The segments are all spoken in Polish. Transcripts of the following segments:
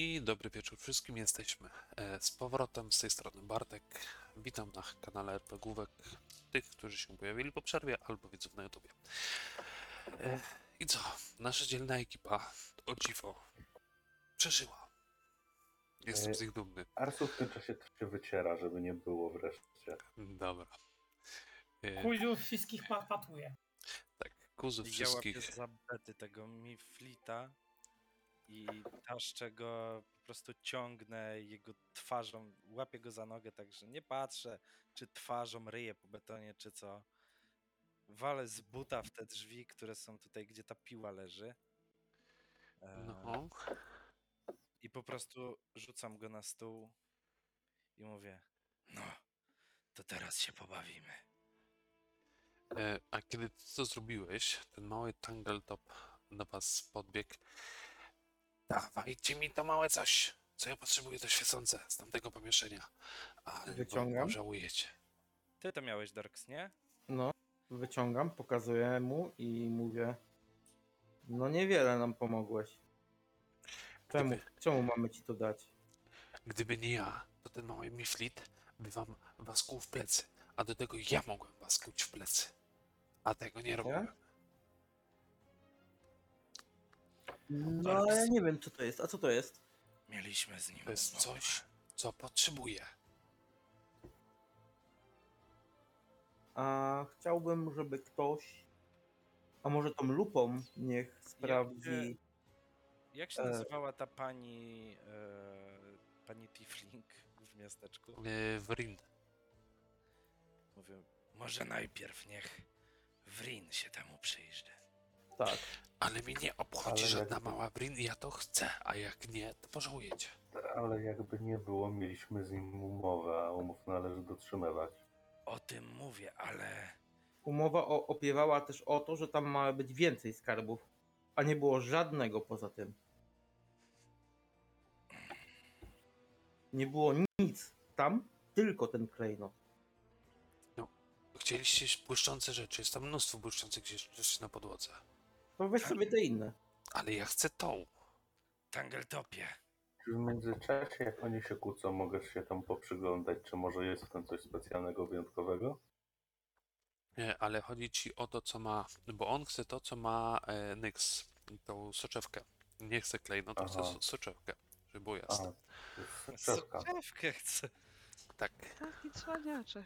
I dobry wieczór wszystkim, jesteśmy z powrotem, z tej strony Bartek. Witam na kanale RPGówek tych, którzy się pojawili po przerwie, albo widzów na YouTubie. I co? Nasza dzielna ekipa, o dziwo, przeżyła. Jestem z nich dumny. Arsu w tym czasie też się wyciera, żeby nie było wreszcie. Dobra. Kuziu wszystkich patuje. Tak, Kuzu Ja wszystkich. łapię za bety tego Miflita i taszczę go, po prostu ciągnę jego twarzą, łapię go za nogę, także nie patrzę, czy twarzą ryję po betonie, czy co. Walę z buta w te drzwi, które są tutaj, gdzie ta piła leży. No, I po prostu rzucam go na stół i mówię, no, to teraz się pobawimy. a kiedy ty to zrobiłeś, ten mały Tangletop do was podbiegł. Dawajcie mi to małe coś, co ja potrzebuję, to świecące z tamtego pomieszczenia. Ale Wyciągam. żałujecie. Ty to miałeś, Dorks, nie? No, wyciągam, pokazuję mu i mówię, no niewiele nam pomogłeś. Czemu mamy ci to dać? Gdyby nie ja, to ten mały Miflit by wam was kłuł w plecy, a do tego ja mogłem was kłuć w plecy. A tego nie robiłem. No ale ja nie wiem co to jest, a co to jest? Mieliśmy z nim To jest umowę. coś, co potrzebuję. A chciałbym, żeby ktoś, a może tą lupą niech sprawdzi. Jak się nazywała ta pani, pani Tiefling w miasteczku? Wrind. Mówię, może najpierw niech Wrin się temu przyjrzy. Tak. Ale mnie nie obchodzi Ale żadna jakby- mała Wrind, ja to chcę, a jak nie, to pożałujecie. Ale jakby nie było, mieliśmy z nim umowę, a umów należy dotrzymywać. O tym mówię, ale Umowa opiewała też o to, że tam ma być więcej skarbów, a nie było żadnego poza tym. Nie było nic tam, tylko ten klejnot. Chcieliście błyszczące rzeczy, jest tam mnóstwo błyszczących rzeczy na podłodze. To weź sobie te inne. Ale ja chcę tą. Tangeltopie, Czy w międzyczasie, jak oni się kłócą, mogę się tam poprzyglądać, czy może jest w tym coś specjalnego, wyjątkowego? Nie, ale chodzi ci o to, co ma, bo on chce to, co ma Nyx, tą soczewkę. Nie chce klejnot, to chce Aha. soczewkę, żeby było A, jasne. to jest soczewka. soczewkę chcę. Tak. Taki cwaniaczek.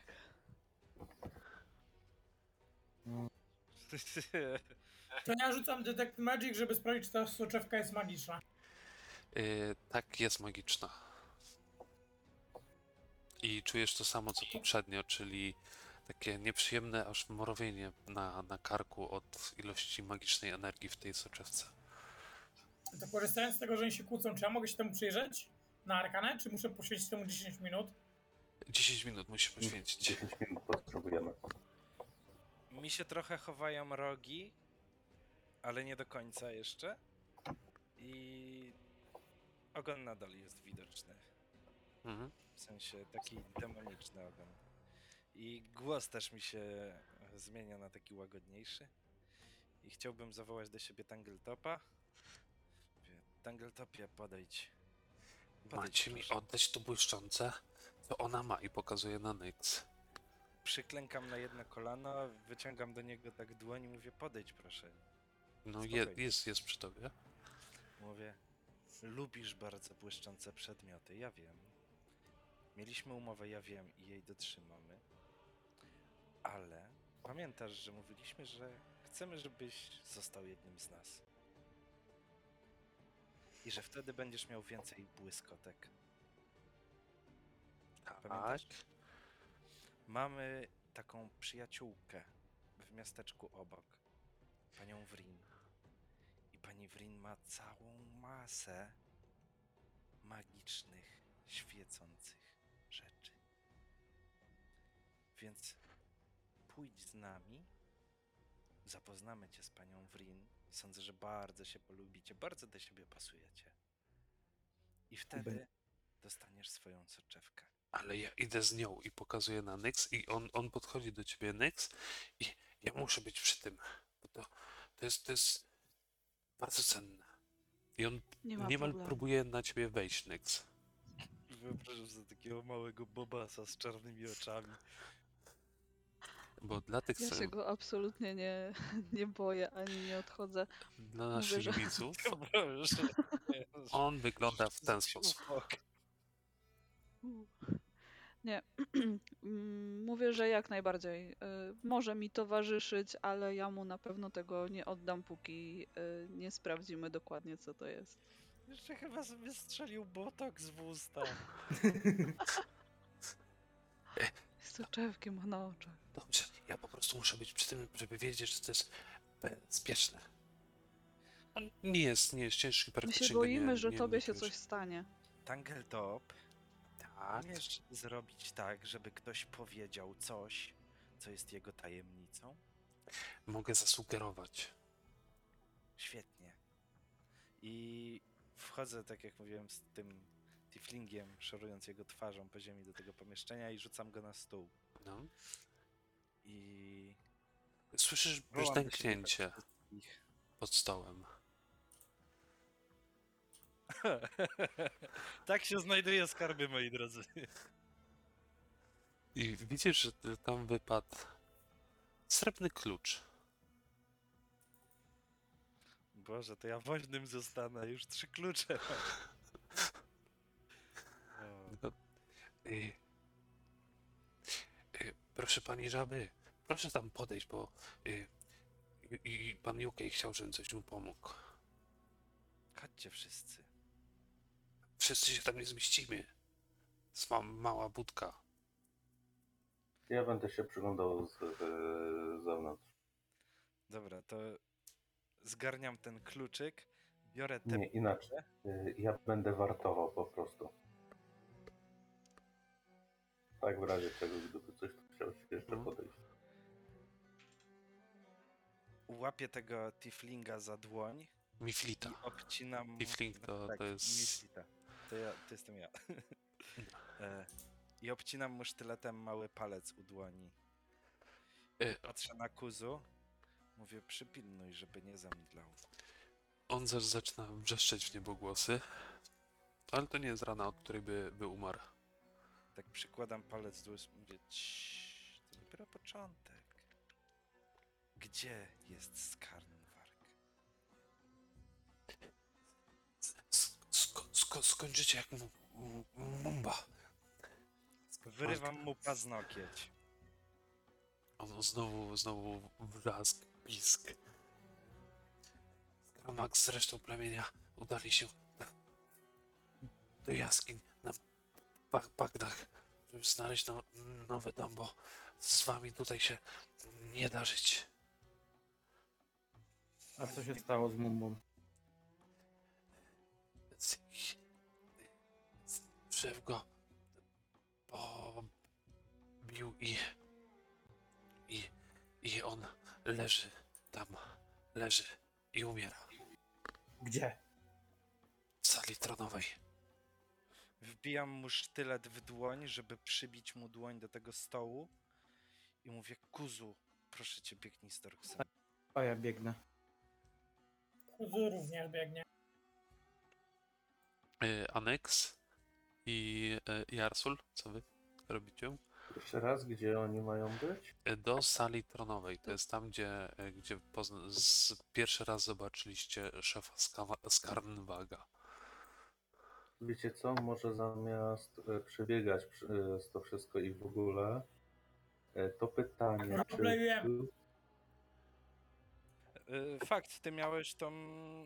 To ja rzucam Detect Magic, żeby sprawdzić, czy ta soczewka jest magiczna. Tak, jest magiczna. I czujesz to samo, co poprzednio, czyli takie nieprzyjemne aż mrowienie na karku od ilości magicznej energii w tej soczewce. To korzystając z tego, że oni się kłócą, czy ja mogę się temu przyjrzeć na arkanę, czy muszę poświęcić temu 10 minut? 10 minut musi poświęcić. 10 minut potrzebujemy. Mi się trochę chowają rogi, ale nie do końca jeszcze. I ogon nadal jest widoczny. Mhm. W sensie taki demoniczny ogon. I głos też mi się zmienia na taki łagodniejszy. I chciałbym zawołać do siebie Tangletopa. Mówię, Tangletopie, podejdź. Macie mi proszę. oddać to błyszczące, co ona ma i pokazuje na Nyx. Przyklękam na jedno kolano, wyciągam do niego tak dłoń i mówię, podejdź proszę. No Spokojnie. jest przy tobie. Mówię, lubisz bardzo błyszczące przedmioty, ja wiem. Mieliśmy umowę, ja wiem i jej dotrzymamy. Ale pamiętasz, że mówiliśmy, że chcemy, żebyś został jednym z nas. I że wtedy będziesz miał więcej błyskotek. Pamiętasz? Tak. Mamy taką przyjaciółkę w miasteczku obok, panią Wrin. I pani Wrin ma całą masę magicznych, świecących rzeczy. Więc pójdź z nami, zapoznamy cię z panią Wrin. Sądzę, że bardzo się polubicie, bardzo do siebie pasujecie. I wtedy dostaniesz swoją soczewkę. Ale ja idę z nią i pokazuję na Nyx i on podchodzi do ciebie, Nyx, i ja muszę być przy tym, bo to jest bardzo cenne. I on Nie ma niemal problemu. próbuje na ciebie wejść, Nyx. Wyobrażam sobie takiego małego bobasa z czarnymi oczami. Bo dla tych, Ja co, się go absolutnie nie, nie boję, ani nie odchodzę. dla Mówię, naszych że widzów, Wyobrażam, że... on wygląda w ten sposób. Nie. Mówię, że jak najbardziej. Może mi towarzyszyć, ale ja mu na pewno tego nie oddam, póki nie sprawdzimy dokładnie, co to jest. Jeszcze chyba sobie strzelił botoks w usta. Z soczewkiem ma na oczach. Dobrze, ja po prostu muszę być przy tym, żeby wiedzieć, że to jest bezpieczne. On nie jest ciężki, My praktycznie się go boimy, że nie tobie się czujesz. coś stanie. Tangeltop, Tak, umiesz zrobić tak, żeby ktoś powiedział coś, co jest jego tajemnicą? mogę zasugerować. Świetnie. I wchodzę, tak jak mówiłem, z tym tieflingiem, szorując jego twarzą po ziemi do tego pomieszczenia i rzucam go na stół. No. I Słyszysz wołam do siebie brzdęknięcie was wszystkich. pod stołem. Tak się znajduje skarby, moi drodzy. I widzisz, że tam wypadł srebrny klucz. Boże, to ja woźnym zostanę, już 3 klucze mam. O, No, y, proszę pani żaby, proszę tam podejść, bo i pan Jukej chciał, żebym coś mu pomógł. chodźcie wszyscy. Wszyscy się tam nie zmieścimy. Jest mała budka. Ja będę się przyglądał z zewnątrz. Dobra, to zgarniam ten kluczyk, biorę te... Nie, inaczej. Ja będę wartował po prostu. Tak w razie czego, gdyby coś tu chciał się jeszcze podejść. Łapię tego tieflinga za dłoń Miflita. i obcinam... Tiefling tak, to jest... Miflita. To jestem ja. I obcinam mu sztyletem mały palec u dłoni. Patrzę na Kuzu, mówię, przypilnuj, żeby nie zamdlał. On zaczyna wrzeszczeć w niebogłosy, ale to nie jest rana, od której by umarł. Tak przykładam palec do ust, mówię, ciii, to dopiero początek. Gdzie jest Skarnwark? Skończycie jak mumba. Wyrywam mu paznokieć. On znowu wrzask, pisk. Skarmak z resztą plemienia udali się do jaskiń na bagnach, żeby znaleźć nowy dom, bo z wami tutaj się nie da żyć. A co się stało z Mumbą? Szef go pobił i on leży tam, leży i umiera Gdzie? w sali tronowej. Wbijam mu sztylet w dłoń, żeby przybić mu dłoń do tego stołu i mówię, Kuzu, proszę cię, biegnij z Dorksem. A ja biegnę. Kuzu również biegnie. Aneks i Arsul, co wy robicie? Jeszcze raz, gdzie oni mają być? Do sali tronowej. To jest tam, gdzie pierwszy raz zobaczyliście szefa Skarnwaga. Wiecie co, może zamiast przebiegać przez to wszystko i w ogóle, to pytanie, czy... Roleplayujemy. Fakt, ty miałeś tą...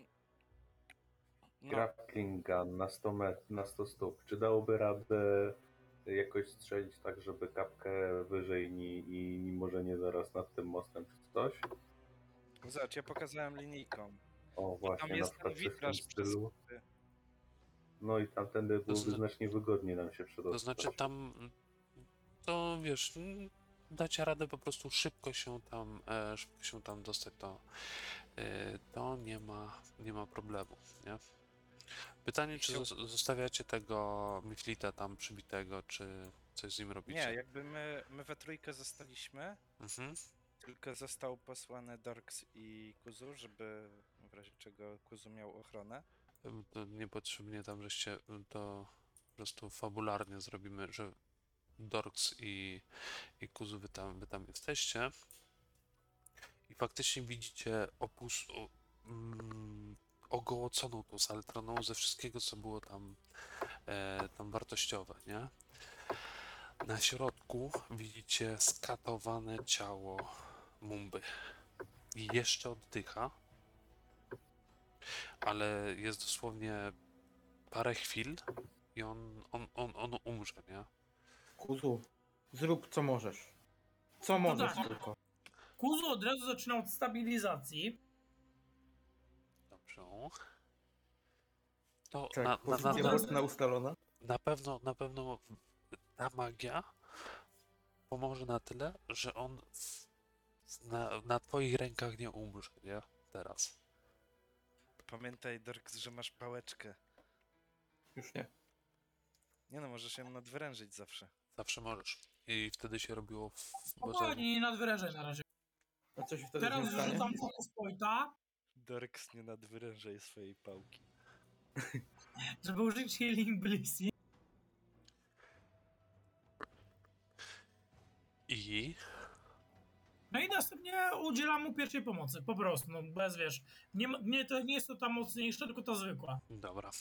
No, Grappling gun na 100 na 100 stóp. Czy dałoby radę jakoś strzelić tak, żeby kapkę wyżej i może nie zaraz nad tym mostem czy coś? zobacz, ja pokazałem linijką. O, właśnie, na jest przykład ten coś w tym witraż przez stylu. który- No i tamtędy byłoby znacznie wygodniej nam się przedostać. To znaczy tam, to wiesz, dacie radę po prostu szybko się tam dostać, to nie ma problemu, nie? Pytanie, czy zostawiacie tego Miflita tam przybitego, czy coś z nim robicie? Nie, jakby my we trójkę zostaliśmy, Mhm. tylko został posłany Dorks i Kuzu, żeby w razie czego Kuzu miał ochronę. To niepotrzebnie tam, żeście to po prostu fabularnie zrobimy, że Dorks i Kuzu, wy tam jesteście. I faktycznie widzicie ogołoconą tą salę tronową ze wszystkiego, co było tam, tam wartościowe, nie? Na środku widzicie skatowane ciało Mumby. I jeszcze oddycha, ale jest dosłownie parę chwil i on umrze, nie? Kuzu, zrób co możesz. Co możesz tak. tylko. Kuzu od razu zaczyna od stabilizacji. Dobrze. To Tak, na pozycja na- mocna ustalona. na pewno ta magia pomoże na tyle, że on na twoich rękach nie umrze, nie? Teraz. Pamiętaj, Dorks, że masz pałeczkę. Już nie. Nie no, możesz ją nadwyrężyć zawsze. Zawsze możesz. I wtedy się robiło w Spokojnie, nie nadwyrężaj na razie. A co się wtedy z Teraz nią stanie? rzucam fokus pointa, Dorks, nie nadwyrężaj swojej pałki. żeby użyć Healing Blissey. I No i następnie udzielam mu pierwszej pomocy, po prostu, no bez wiesz. Nie jest to ta mocniejsza, tylko ta zwykła. dobra.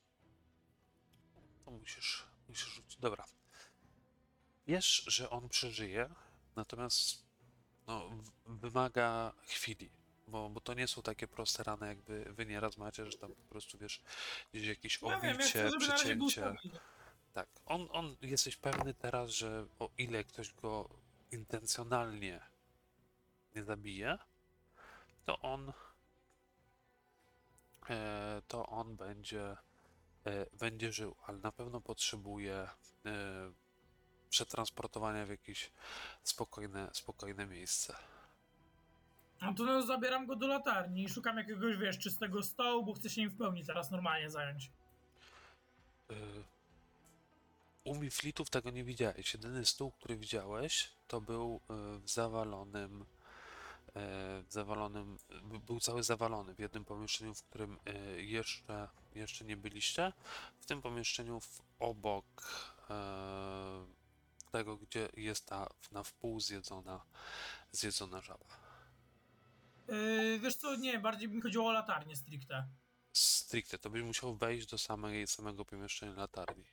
To musisz rzucić. Dobra. Wiesz, że on przeżyje, natomiast no, wymaga chwili. Bo to nie są takie proste rany, jakby wy nieraz macie, że tam po prostu wiesz, gdzieś jakieś Ja wiem, ja obicie, chcę, żeby na razie był przecięcie. stabilny. Tak, jesteś pewny teraz, że o ile ktoś go intencjonalnie nie zabije, to on będzie żył, ale na pewno potrzebuje przetransportowania w jakieś spokojne miejsce. No to no, zabieram go do latarni i szukam jakiegoś, wiesz, czystego stołu, bo chcę się nim w pełni teraz normalnie zająć. U Miflitów tego nie widziałeś. Jedyny stół, który widziałeś, to był był cały zawalony w jednym pomieszczeniu, w którym jeszcze nie byliście. W tym pomieszczeniu obok tego, gdzie jest ta na wpół zjedzona żaba. Wiesz co, nie, bardziej mi chodziło o latarnię stricte. Stricte, to byś musiał wejść do samego pomieszczenia latarni.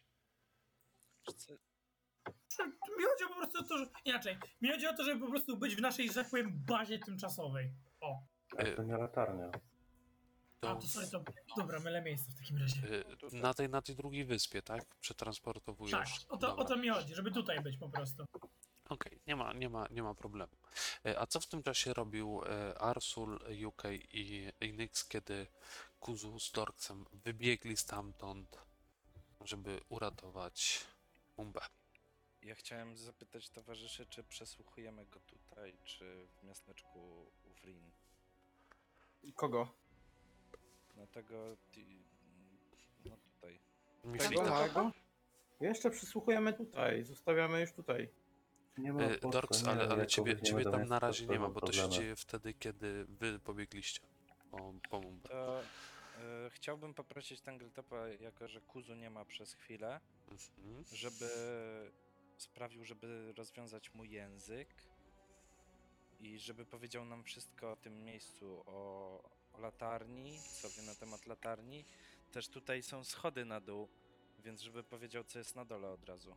Mi chodzi po prostu o to, że... Inaczej, mi chodzi o to, żeby po prostu być w naszej, że tak powiem, bazie tymczasowej. O, Ale to nie latarnia. to sorry, to... Dobra, mylę miejsce w takim razie. Na tej drugiej wyspie, tak? Przetransportowujesz. Tak, o Dobra. to mi chodzi, żeby tutaj być po prostu. Okej, nie ma problemu. A co w tym czasie robił Arsul, UK i Nyx, kiedy Kuzu z Dorksem wybiegli stamtąd, żeby uratować Mumbę? Ja chciałem zapytać towarzyszy, czy przesłuchujemy go tutaj, czy w miasteczku Uvrin. Kogo? No tego... No tutaj. Tego Miflita. małego? Jeszcze przysłuchujemy tutaj. Zostawiamy już tutaj. Nie ma po co, Dorks, nie, ale jak ciebie weźmiemy do tam na miasta, razie to nie ma, są bo to się problemy. dzieje wtedy, kiedy wy pobiegliście po Mumbę. To chciałbym poprosić Tangletopa, jako że Kuzu nie ma przez chwilę, Mhm. żeby sprawił, żeby rozwiązać mu język i żeby powiedział nam wszystko o tym miejscu, o latarni, co wie na temat latarni. Też tutaj są schody na dół, więc żeby powiedział, co jest na dole od razu.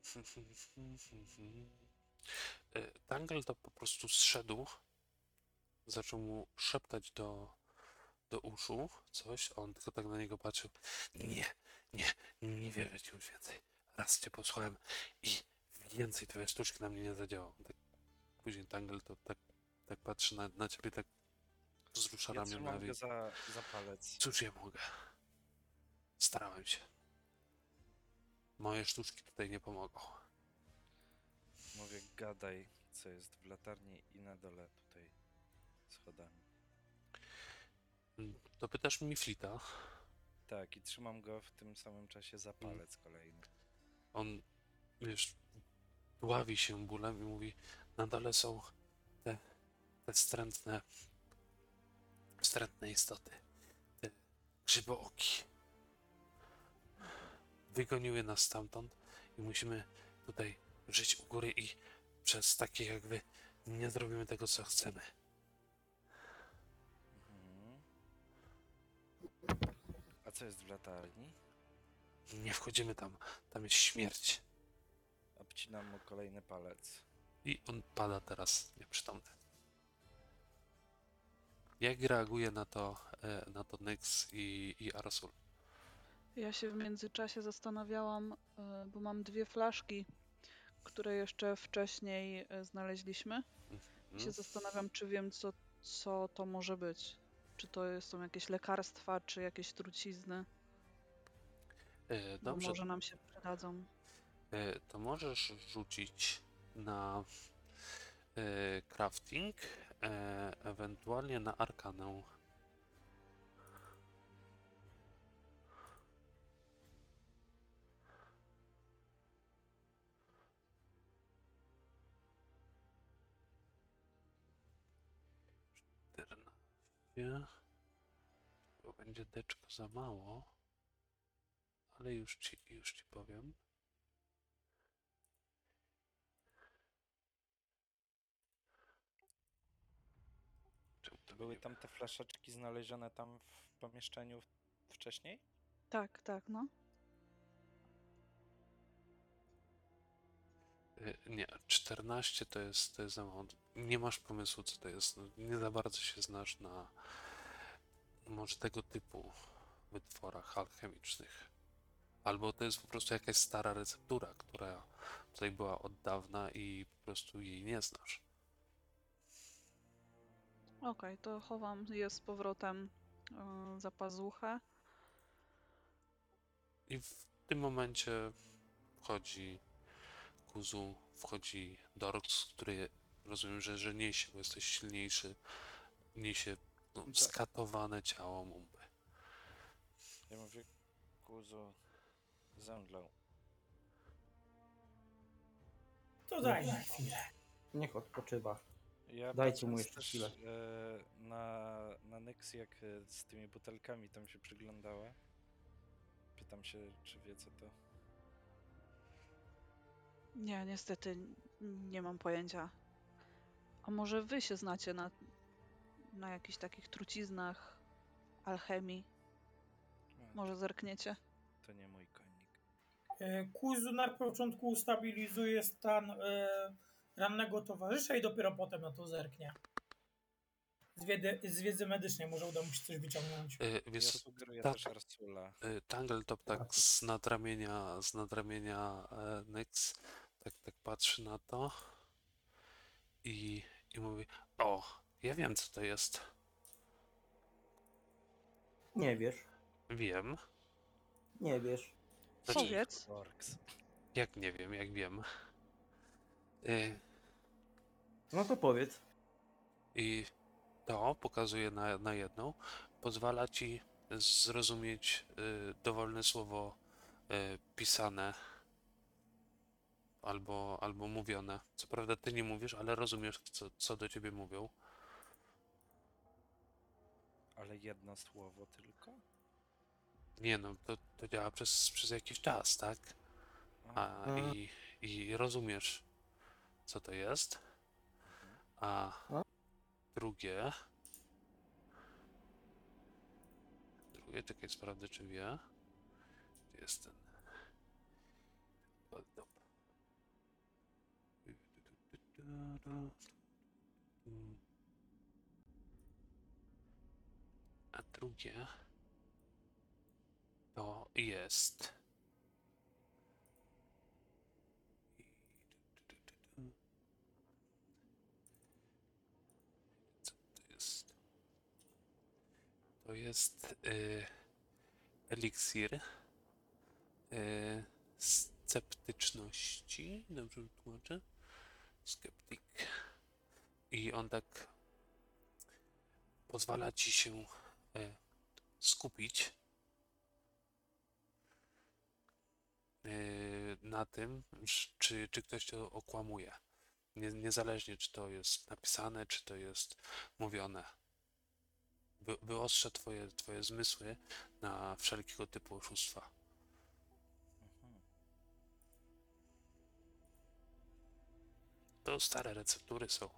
Tangle to po prostu zszedł, zaczął mu szeptać do uszu coś, a on tylko tak na niego patrzył. Nie wierzę ci już więcej. Raz cię posłuchałem i więcej twoje sztuczki na mnie nie zadziałają. Tak, później Tangle to tak patrzy na ciebie, tak wzrusza Ja ramionami. trzymam go za palec. Cóż ja mogę? Starałem się. Moje sztuczki tutaj nie pomogą. Mówię, gadaj, co jest w latarni i na dole tutaj schodami. To pytasz mi Flita. Tak, i trzymam go w tym samym czasie za palec kolejny. On, wiesz, dławi się bólem i mówi, na dole są te wstrętne istoty. Te grzybooki wygoniły nas stamtąd i musimy tutaj żyć u góry i przez takich jak wy nie zrobimy tego, co chcemy. Mhm. A co jest w latarni? Nie wchodzimy tam, tam jest śmierć. Obcinam mu kolejny palec. I on pada teraz nieprzytomny. Jak reaguje na to Nyx i Arasul? Ja się w międzyczasie zastanawiałam, bo mam 2 flaszki, które jeszcze wcześniej znaleźliśmy. I się zastanawiam, czy wiem, co to może być. Czy to są jakieś lekarstwa, czy jakieś trucizny, bo Dobrze, może nam się przydadzą. to możesz rzucić na crafting, ewentualnie na arkanę. Bo będzie deczko za mało, ale już ci powiem. Czemu to Były nie- tam te flaszeczki znalezione tam w pomieszczeniu wcześniej? Tak, no. Nie, 14 to jest za mało. Nie masz pomysłu, co to jest. No, nie za bardzo się znasz na może tego typu wytworach alchemicznych. Albo to jest po prostu jakaś stara receptura, która tutaj była od dawna i po prostu jej nie znasz. Okej, to chowam je z powrotem za pazuchę. I w tym momencie wchodzi Kuzu, wchodzi Dorks, który rozumiem, że niesie, bo jesteś silniejszy, niesie skatowane ciało Mumby. Ja mówię, Kuzu, zemdlał. To daj na chwilę. Niech odpoczywa. Ja Dajcie mu patrząc jeszcze też, chwilę. na Nyx, jak z tymi butelkami tam się przyglądała. Pytam się, czy wie co to. Nie, niestety nie mam pojęcia. A może wy się znacie na jakichś takich truciznach, alchemii? Może zerkniecie? To nie mój konik. Kuzu na początku ustabilizuje stan rannego towarzysza i dopiero potem na to zerknie. Z wiedzy medycznej może uda mu się coś wyciągnąć. Wiesz, Ja co, sugeruję tak. też Arsula. Tangletop tak z nadramienia Nyx tak patrzy na to i mówi: o, ja wiem, co to jest. Nie wiesz. Wiem. Nie wiesz. Znaczy, Powiedz. Orks. jak nie wiem, jak wiem. Y, No to powiedz. I to pokazuje na jedną, pozwala ci zrozumieć dowolne słowo pisane albo mówione. Co prawda ty nie mówisz, ale rozumiesz, co do ciebie mówią. Ale jedno słowo tylko? Nie no, to działa przez jakiś czas, tak? I rozumiesz, co to jest. A drugie, czekaj, sprawdzę, czy wie. Gdzie jest ten? A drugie to jest. Co to jest? To jest eliksir sceptyczności. Dobrze tłumaczę? Skeptyk. I on tak pozwala ci się skupić na tym, czy ktoś cię okłamuje. Niezależnie, czy to jest napisane, czy to jest mówione. wyostrzę twoje zmysły na wszelkiego typu oszustwa. Mhm. To stare receptury są.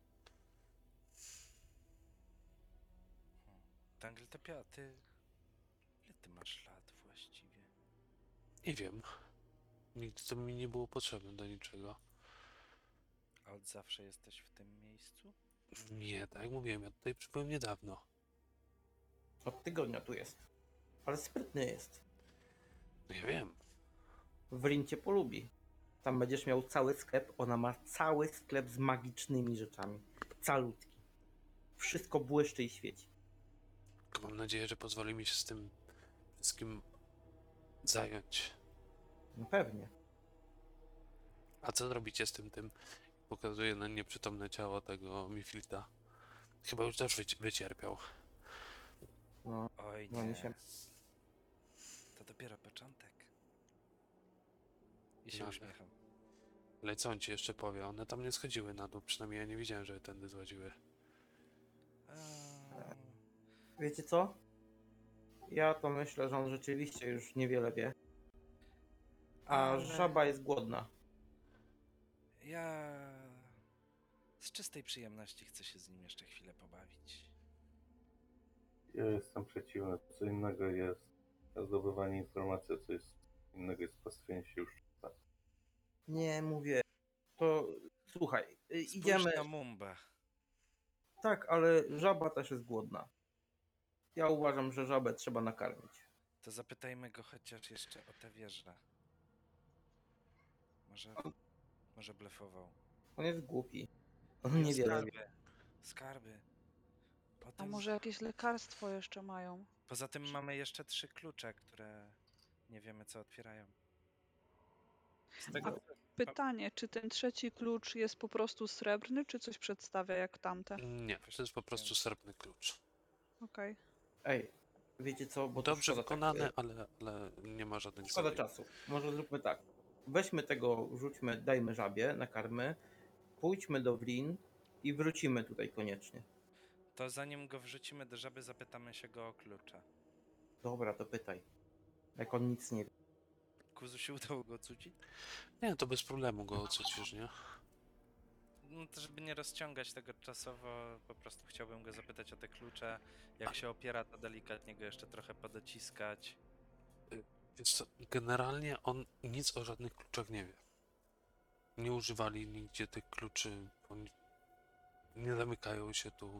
Tangletopia, ty... Ile ty masz lat właściwie? Nie wiem. Nigdy to mi nie było potrzebne do niczego. A od zawsze jesteś w tym miejscu? Nie, tak jak mówiłem, ja tutaj przybyłem niedawno. Od tygodnia tu jest. Ale sprytny jest. No ja wiem. Wrin cię polubi. Tam będziesz miał cały sklep. Ona ma cały sklep z magicznymi rzeczami. Calutki. Wszystko błyszczy i świeci. Tylko mam nadzieję, że pozwoli mi się z tym wszystkim zająć. No pewnie. A co zrobicie z tym? Pokazuję na nieprzytomne ciało tego Miflita. Chyba już też wycierpiał. No, Oj no nie, nie się... to dopiero początek. I się No. uśmiecham. Ale co on ci jeszcze powie? One tam nie schodziły na dół, przynajmniej ja nie widziałem, żeby tędy złaziły. Eee, Wiecie co? Ja to myślę, że on rzeczywiście już niewiele wie. A Ale- żaba jest głodna. Ja z czystej przyjemności chcę się z nim jeszcze chwilę pobawić. Ja jestem przeciwny. Co innego jest zdobywanie informacji, a co jest innego jest pastwienie się już. Nie mówię. To słuchaj, Spójrz idziemy. na Mumbę. Tak, ale żaba też jest głodna. Ja uważam, że żabę trzeba nakarmić. To zapytajmy go chociaż jeszcze o tę wieżę. Może blefował. On jest głupi. On I o niewiele wie. skarby. Skarby. A Potem... może jakieś lekarstwo jeszcze mają? Poza tym mamy jeszcze 3 klucze, które nie wiemy co otwierają. Z tego... Pytanie, czy ten trzeci klucz jest po prostu srebrny, czy coś przedstawia jak tamte? Nie, to jest po prostu srebrny klucz. Okej. Ej, wiecie co? Bo to Dobrze szkoda, wykonany, tak, ale nie ma żadnych szkoda zabiegów. czasu. Może zróbmy tak. Weźmy tego, rzućmy, dajmy żabie, nakarmy. Pójdźmy do Wrin i wrócimy tutaj koniecznie. To zanim go wrzucimy do żaby, zapytamy się go o klucze. Dobra, to pytaj. Jak on nic nie wie. Kuzu się udało go ocucić? Nie, to bez problemu go ocucisz, nie? No to żeby nie rozciągać tego czasowo, po prostu chciałbym go zapytać o te klucze. Jak się opiera, to delikatnie go jeszcze trochę podociskać. Wiesz co, generalnie on nic o żadnych kluczach nie wie. Nie używali nigdzie tych kluczy, oni nie zamykają się tu.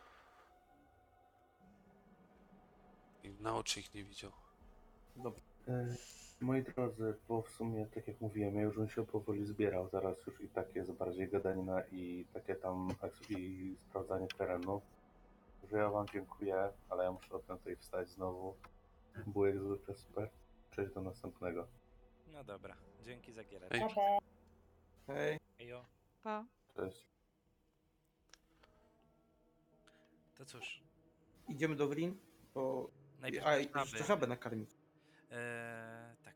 I na oczy ich nie widział. Dobrze. Moi drodzy, bo w sumie, tak jak mówiłem, ja już bym się powoli zbierał. Zaraz już i tak jest bardziej gadanina i takie tam i sprawdzanie terenu. Że ja wam dziękuję, ale ja muszę o tutaj wstać znowu. Było jak zwykle super. Przejść do następnego. No dobra, dzięki za gierę. Ej. Pa, pa. Hej, Ejo. Pa. Cześć. To cóż, idziemy do Wrin, bo... najpierw A, do jeszcze żaby. żabę nakarmić. Tak.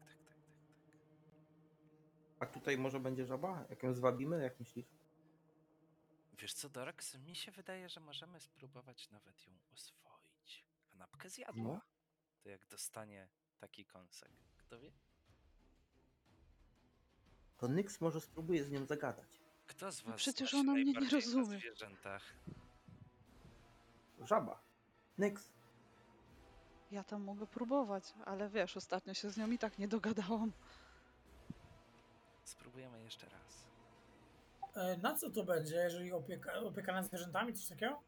A tutaj może będzie żaba? Jak ją zwabimy, jak myślisz? Wiesz co, Dorax? Mi się wydaje, że możemy spróbować nawet ją oswoić. Kanapkę zjadła. No. To jak dostanie taki kąsek. Kto wie? To Nyx może spróbuje z nią zagadać. Kto z was przecież zna się ona mnie nie najbardziej na rozumie. zwierzętach? Żaba. Nyx. Ja tam mogę próbować, ale wiesz, ostatnio się z nią i tak nie dogadałam. Spróbujemy jeszcze raz. Na co to będzie, jeżeli opieka nad zwierzętami, coś takiego?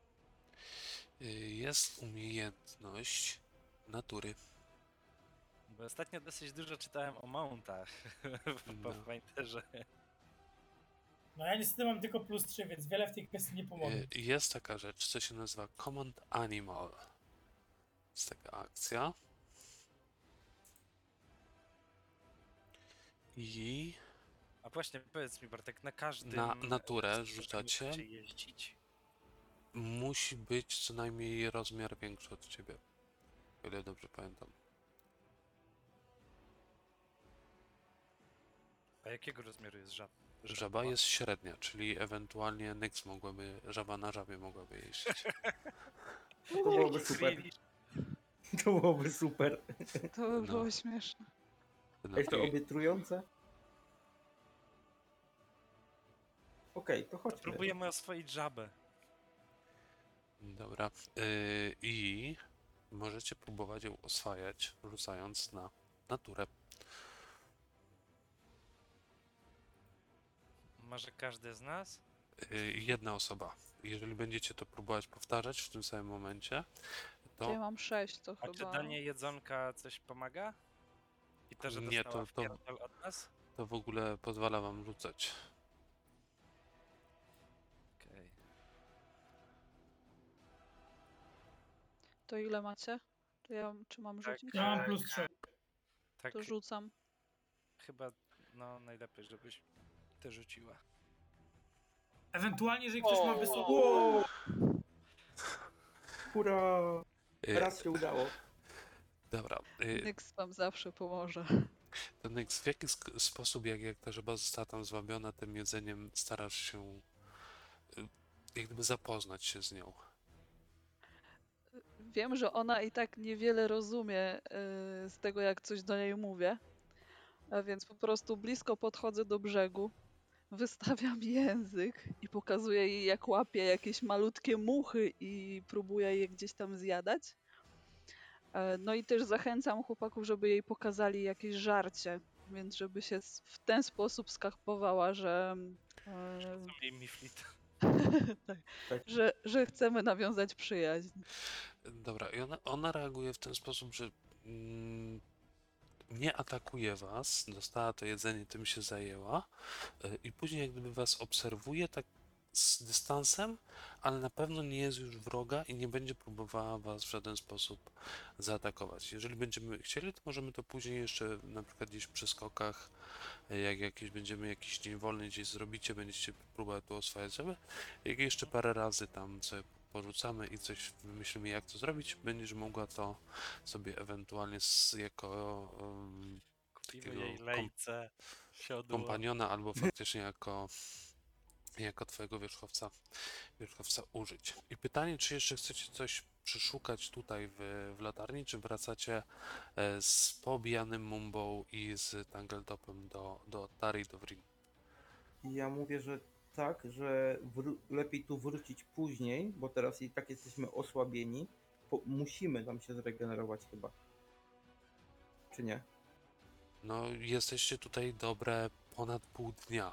Jest umiejętność natury. Bo ostatnio dosyć dużo czytałem o mountach w No. Pathfinderze. No ja niestety mam tylko +3, więc wiele w tej kwestii nie pomoże. Jest taka rzecz, co się nazywa Command Animal. Jest taka akcja. I A właśnie, powiedz mi Bartek, na każdym... na naturę spotkaniu rzucacie. chcecie jeździć? Musi być co najmniej rozmiar większy od ciebie. O ile dobrze pamiętam. A jakiego rozmiaru jest żab? Żaba jest średnia, czyli ewentualnie Nyx mogłaby, żaba na żabie mogłaby jeździć. To byłoby super. To byłoby super. To by No. było śmieszne. No Jeszcze i obie trujące. Okej, to chodźmy. Próbujemy oswoić żabę. dobra. I możecie próbować ją oswajać, rzucając na naturę. Może każdy z nas? Jedna osoba. Jeżeli będziecie to próbować powtarzać w tym samym momencie, To ja to mam 6, to A czy chyba... danie jedzonka coś pomaga? I to, że Nie, dostała to- wpierdol od nas? to w ogóle pozwala wam rzucać. Okej. To ile macie? To ja, czy mam Tak. rzucić? Ja mam plus 3. Tak, To rzucam. chyba no najlepiej, żebyś ty rzuciła. Ewentualnie, jeżeli ktoś ma wysoko... Wow! Hurra! Y, Raz się udało. Dobra. Nyx wam zawsze pomoże. To Nyx, w jaki sposób, jak ta żaba została tam zwabiona tym jedzeniem, starasz się jak gdyby zapoznać się z nią? Wiem, że ona i tak niewiele rozumie z tego, jak coś do niej mówię. A więc po prostu blisko podchodzę do brzegu, wystawiam język i pokazuję jej, jak łapie jakieś malutkie muchy i próbuję je gdzieś tam zjadać. No i też zachęcam chłopaków, żeby jej pokazali jakieś żarcie, więc żeby się w ten sposób skapowała, że, Zrozumij mi flit. tak, że chcemy nawiązać przyjaźń. Dobra, i ona reaguje w ten sposób, że nie atakuje was, dostała to jedzenie, tym się zajęła i później jak gdyby was obserwuje tak z dystansem, ale na pewno nie jest już wroga i nie będzie próbowała was w żaden sposób zaatakować. Jeżeli będziemy chcieli, to możemy to później jeszcze na przykład gdzieś przy skokach, jak będziemy jakiś dzień wolny gdzieś zrobicie, będziecie próbować tu oswajać żeby jak jeszcze parę razy tam sobie porzucamy i coś wymyślimy jak to zrobić, będziesz mogła to sobie ewentualnie jako Kupimy takiego jej lejce, siodło. kompaniona albo faktycznie jako twojego wierzchowca użyć. I pytanie, czy jeszcze chcecie coś przeszukać tutaj w latarni, czy wracacie z pobijanym Mumbą i z Tangletopem do Tari, do Wrin? I ja mówię, że tak, że lepiej tu wrócić później, bo teraz i tak jesteśmy osłabieni. Musimy tam się zregenerować chyba. Czy nie? No, jesteście tutaj dobre ponad pół dnia.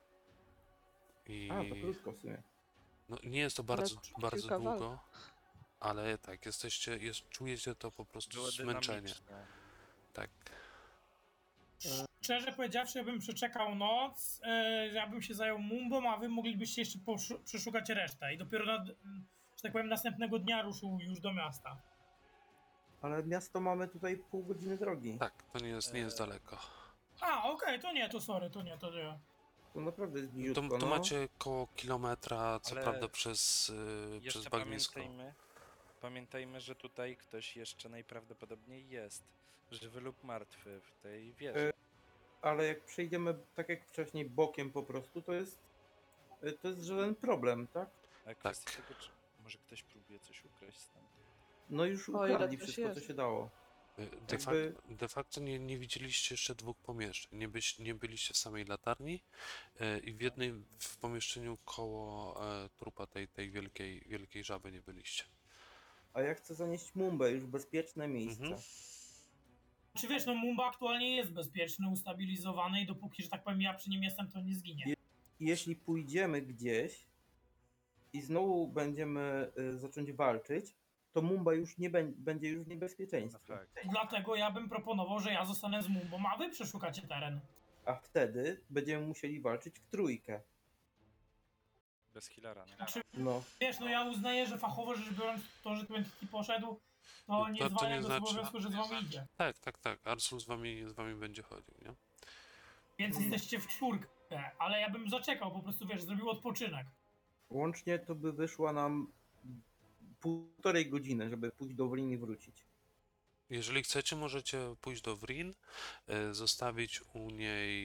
I A, to krótko w sumie. no, nie jest to Ale bardzo kilka walk. długo, ale tak, czujecie to po prostu Było zmęczenie. dynamicznie. Tak. Szczerze powiedziawszy, ja bym przeczekał noc, ja bym się zajął Mumbą, a wy moglibyście jeszcze przeszukać resztę. I dopiero, że tak powiem, następnego dnia ruszył już do miasta. Ale miasto mamy tutaj pół godziny drogi. Tak, to nie jest daleko. A, okej, to nie, to sorry, to nie. To naprawdę jest To, bliziutko, to no. macie koło kilometra, co Ale prawda przez Jeszcze bagnisko. pamiętajmy, że tutaj ktoś jeszcze najprawdopodobniej jest. Żywy lub martwy w tej wieży. Ale jak przejdziemy tak jak wcześniej bokiem po prostu, to jest żaden problem, tak? A kwestia tego, czy może ktoś próbuje coś ukraść stąd. No już O, ile ukradli coś wszystko, co jest. się dało. Jakby- De facto nie widzieliście jeszcze dwóch pomieszczeń. Nie byliście w samej latarni i w pomieszczeniu koło trupa tej wielkiej żaby nie byliście. A ja chcę zanieść Mumbę, już bezpieczne miejsce. Mhm. Czy wiesz, no Mumba aktualnie jest bezpieczny, ustabilizowany i dopóki, że tak powiem, ja przy nim jestem, to nie zginie. I jeśli pójdziemy gdzieś i znowu będziemy zacząć walczyć, to Mumba już nie będzie już w No niebezpieczeństwie. fakt. Dlatego ja bym proponował, że ja zostanę z Mumbą, a wy przeszukacie teren. A wtedy będziemy musieli walczyć w trójkę. Bez healera, nie? Znaczy, No. wiesz, no ja uznaję, że fachowo rzecz biorąc to, że Twenty poszedł, to nie To zwalnia nie go z znaczy- obowiązku, że z wami idzie. Tak. Arsul z wami będzie chodził, nie? Więc jesteście w czwórkę, ale ja bym zaczekał, po prostu, wiesz, zrobił odpoczynek. Łącznie to by wyszła nam 1,5 godziny, żeby pójść do Wryn i wrócić. Jeżeli chcecie, możecie pójść do Wrin, zostawić u niej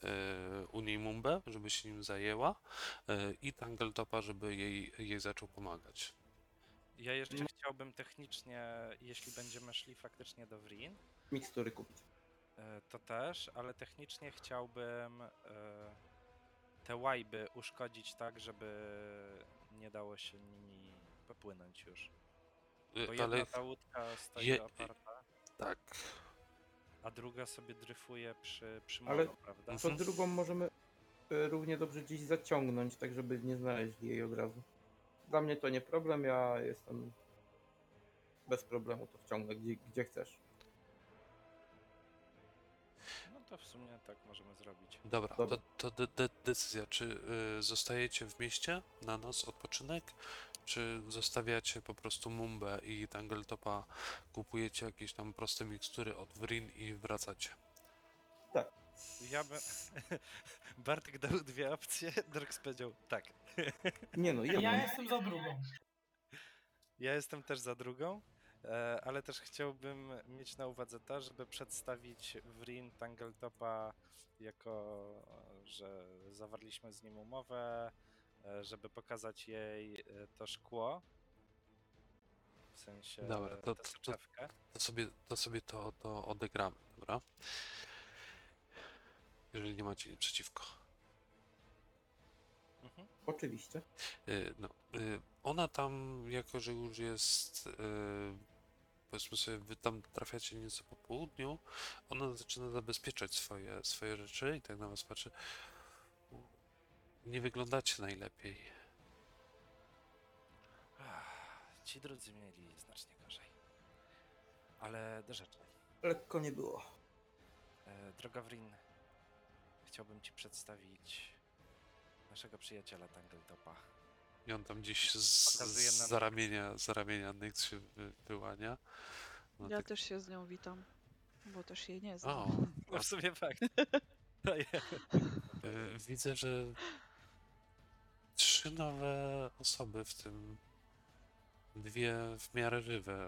u niej Mumbę, żeby się nim zajęła i Tangletopa, żeby jej zaczął pomagać. Ja jeszcze chciałbym technicznie, jeśli będziemy szli faktycznie do Wrin, Mikstury kupić. to też, ale technicznie chciałbym te łajby uszkodzić tak, żeby nie dało się nimi popłynąć już. Bo jedna Ale ta łódka stoi je- oparta, tak, a druga sobie dryfuje przy Ale molo, prawda? To drugą możemy równie dobrze gdzieś zaciągnąć, tak żeby nie znaleźli jej od razu. Dla mnie to nie problem, ja jestem bez problemu, to wciągnę gdzie chcesz. No to w sumie tak możemy zrobić. dobra, Dobra. to decyzja, czy zostajecie w mieście na noc, odpoczynek, czy zostawiacie po prostu Mumbę i Tangletopa, kupujecie jakieś tam proste mikstury od Wrin i wracacie. Ja bym... Bartek dał dwie opcje, Dorks powiedział tak. Nie no, Ja jedną. jestem za drugą. Ja jestem też za drugą, ale też chciałbym mieć na uwadze to, żeby przedstawić Wrin Tangletopa jako, że zawarliśmy z nim umowę, żeby pokazać jej to szkło, w sensie Dobra, tę soczewkę. to sobie to odegramy, dobra? Jeżeli nie macie nic przeciwko. Mhm. Oczywiście. No, ona tam, jako że już jest, powiedzmy sobie, wy tam trafiacie nieco po południu, ona zaczyna zabezpieczać swoje rzeczy i tak na was patrzy. Nie wyglądacie najlepiej. Ci drudzy mieli znacznie gorzej. Ale do rzeczy. Lekko nie było. Droga Wrin, chciałbym ci przedstawić naszego przyjaciela Tangletopa. I on tam gdzieś Pokazuje nam- za ramienia Nyx się wyłania. No Ja tak, też się z nią witam, bo też jej nie znam. o, No w sumie fakt. To je- widzę, że 3 nowe osoby, w tym 2 w miarę żywe.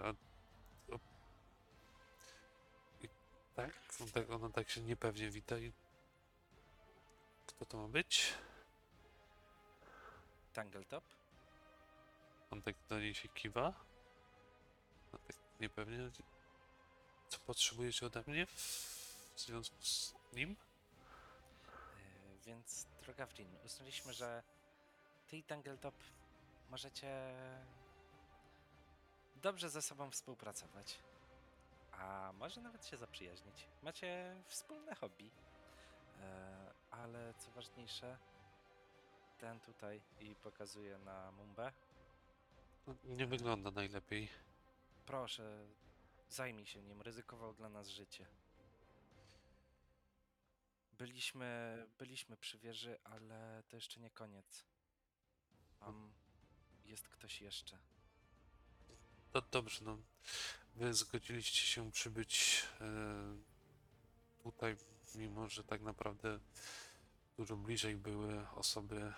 I tak? Ona tak się niepewnie wita i kto to ma być? Tangletop? On tak do niej się kiwa. No tak niepewnie. Co potrzebujecie ode mnie w związku z nim? Więc droga Wrin, uznaliśmy, że ty i Tangletop możecie dobrze ze sobą współpracować. A może nawet się zaprzyjaźnić. Macie wspólne hobby. Ale co ważniejsze, ten tutaj i pokazuje na Mumbę. No, nie wygląda najlepiej. Proszę, zajmij się nim, ryzykował dla nas życie. Byliśmy przy wieży, ale to jeszcze nie koniec. Tam jest ktoś jeszcze. To dobrze, no. Wy zgodziliście się przybyć tutaj, mimo że tak naprawdę dużo bliżej były osoby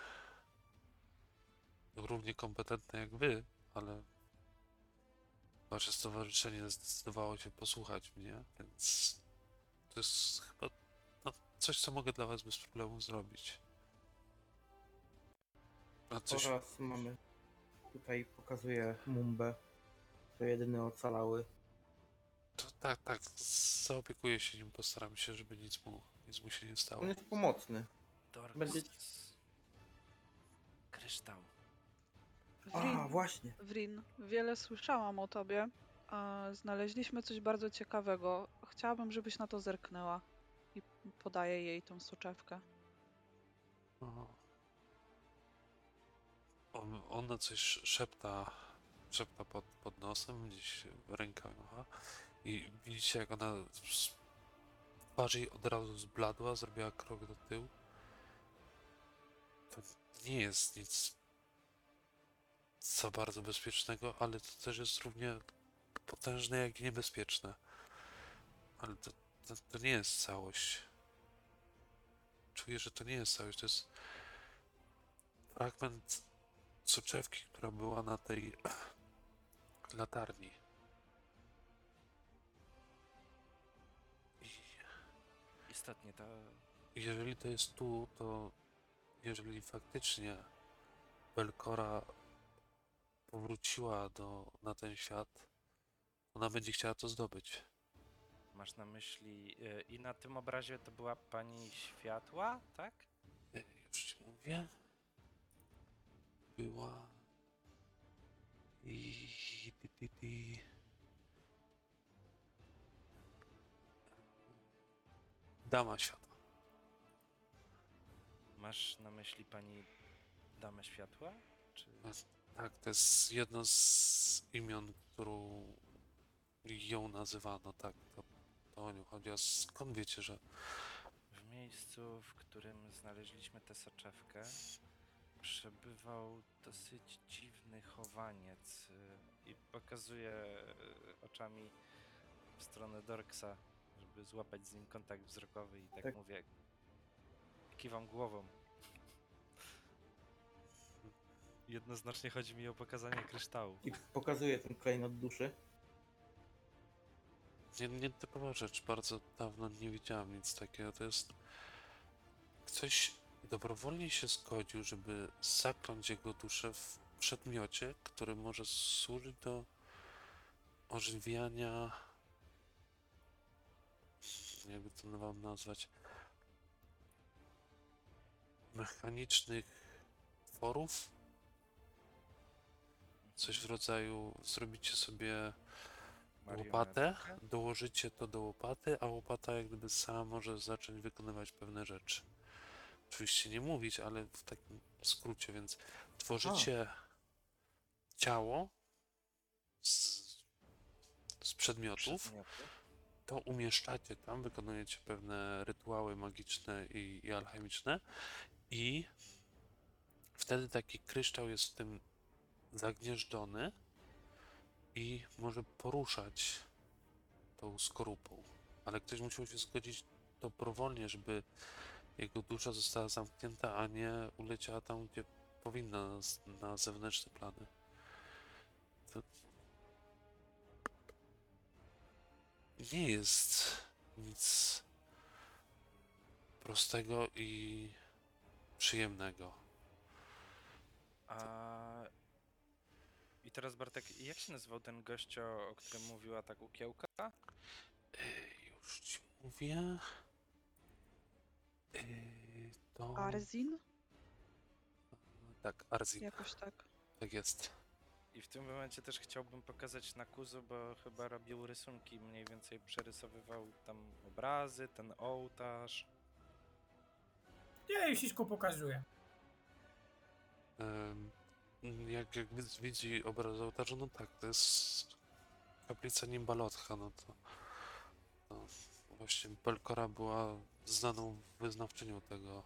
równie kompetentne jak wy, ale wasze stowarzyszenie zdecydowało się posłuchać mnie, więc to jest chyba no, coś, co mogę dla was bez problemu zrobić. A coś, Oraz mamy, tutaj pokazuję Mumbę, to jedyny ocalały. to tak, zaopiekuję się nim, postaram się, żeby nic mu się nie stało. On jest pomocny. Dorks. Będzie- Kryształ. A, właśnie. Wrin, wiele słyszałam o tobie. Znaleźliśmy coś bardzo ciekawego. Chciałabym, żebyś na to zerknęła. I podaję jej tą soczewkę. O. Ona coś szepta pod nosem, gdzieś ręka macha i widzicie, jak ona twarz jej od razu zbladła, zrobiła krok do tyłu. To nie jest nic za bardzo bezpiecznego, ale to też jest równie potężne, jak i niebezpieczne. Ale to nie jest całość. Czuję, że to nie jest całość, to jest fragment soczewki, która była na tej latarni. Istotnie to jeżeli to jest tu, to jeżeli faktycznie Belkora powróciła na ten świat, ona będzie chciała to zdobyć. Masz na myśli... I na tym obrazie to była pani Światła, tak? Już ci mówię. Była... I... Dama światła. Masz na myśli pani Damę Światła? Czy... Tak, to jest jedno z imion, którą ją nazywano, tak, to o nią chodzi. A skąd wiecie, że... W miejscu, w którym znaleźliśmy tę soczewkę, przebywał dosyć dziwny chowaniec i pokazuje oczami w stronę Dorksa, żeby złapać z nim kontakt wzrokowy i tak, Tak. mówię, kiwam głową. Jednoznacznie chodzi mi o pokazanie kryształu. I pokazuje ten klejnot duszy. Nietypowa rzecz, bardzo dawno nie widziałem nic takiego. To jest... Ktoś dobrowolnie się zgodził, żeby zakląć jego duszę w przedmiocie, który może służyć do ożywiania... Jakby to wam nazwać... Mechanicznych tworów? Coś w rodzaju... Zrobicie sobie łopatę, Marionetkę? dołożycie to do łopaty, a łopata jak gdyby sama może zacząć wykonywać pewne rzeczy. Oczywiście nie mówić, ale w takim skrócie, więc tworzycie ciało z przedmiotów, Przedmioty? to umieszczacie tam, wykonujecie pewne rytuały magiczne i alchemiczne i wtedy taki kryształ jest w tym zagnieżdżony i może poruszać tą skorupą. Ale ktoś musiał się zgodzić dobrowolnie, żeby jego dusza została zamknięta, a nie uleciała tam, gdzie powinna, na zewnętrzne plany. To nie jest nic prostego i przyjemnego. I teraz Bartek, jak się nazywał ten gościo, o którym mówiła ta kukiełka? Już ci mówię. To... Arzin? Tak, Arzin. Jakoś tak. Tak jest. I w tym momencie też chciałbym pokazać Nakuzu, bo chyba robił rysunki, mniej więcej przerysowywał tam obrazy, ten ołtarz. Ja jej wszystko pokazuję. Jak widzi obraz ołtarza, no tak, to jest kaplica Nimbalotha, no to właśnie Belkora była znaną wyznawczynią tego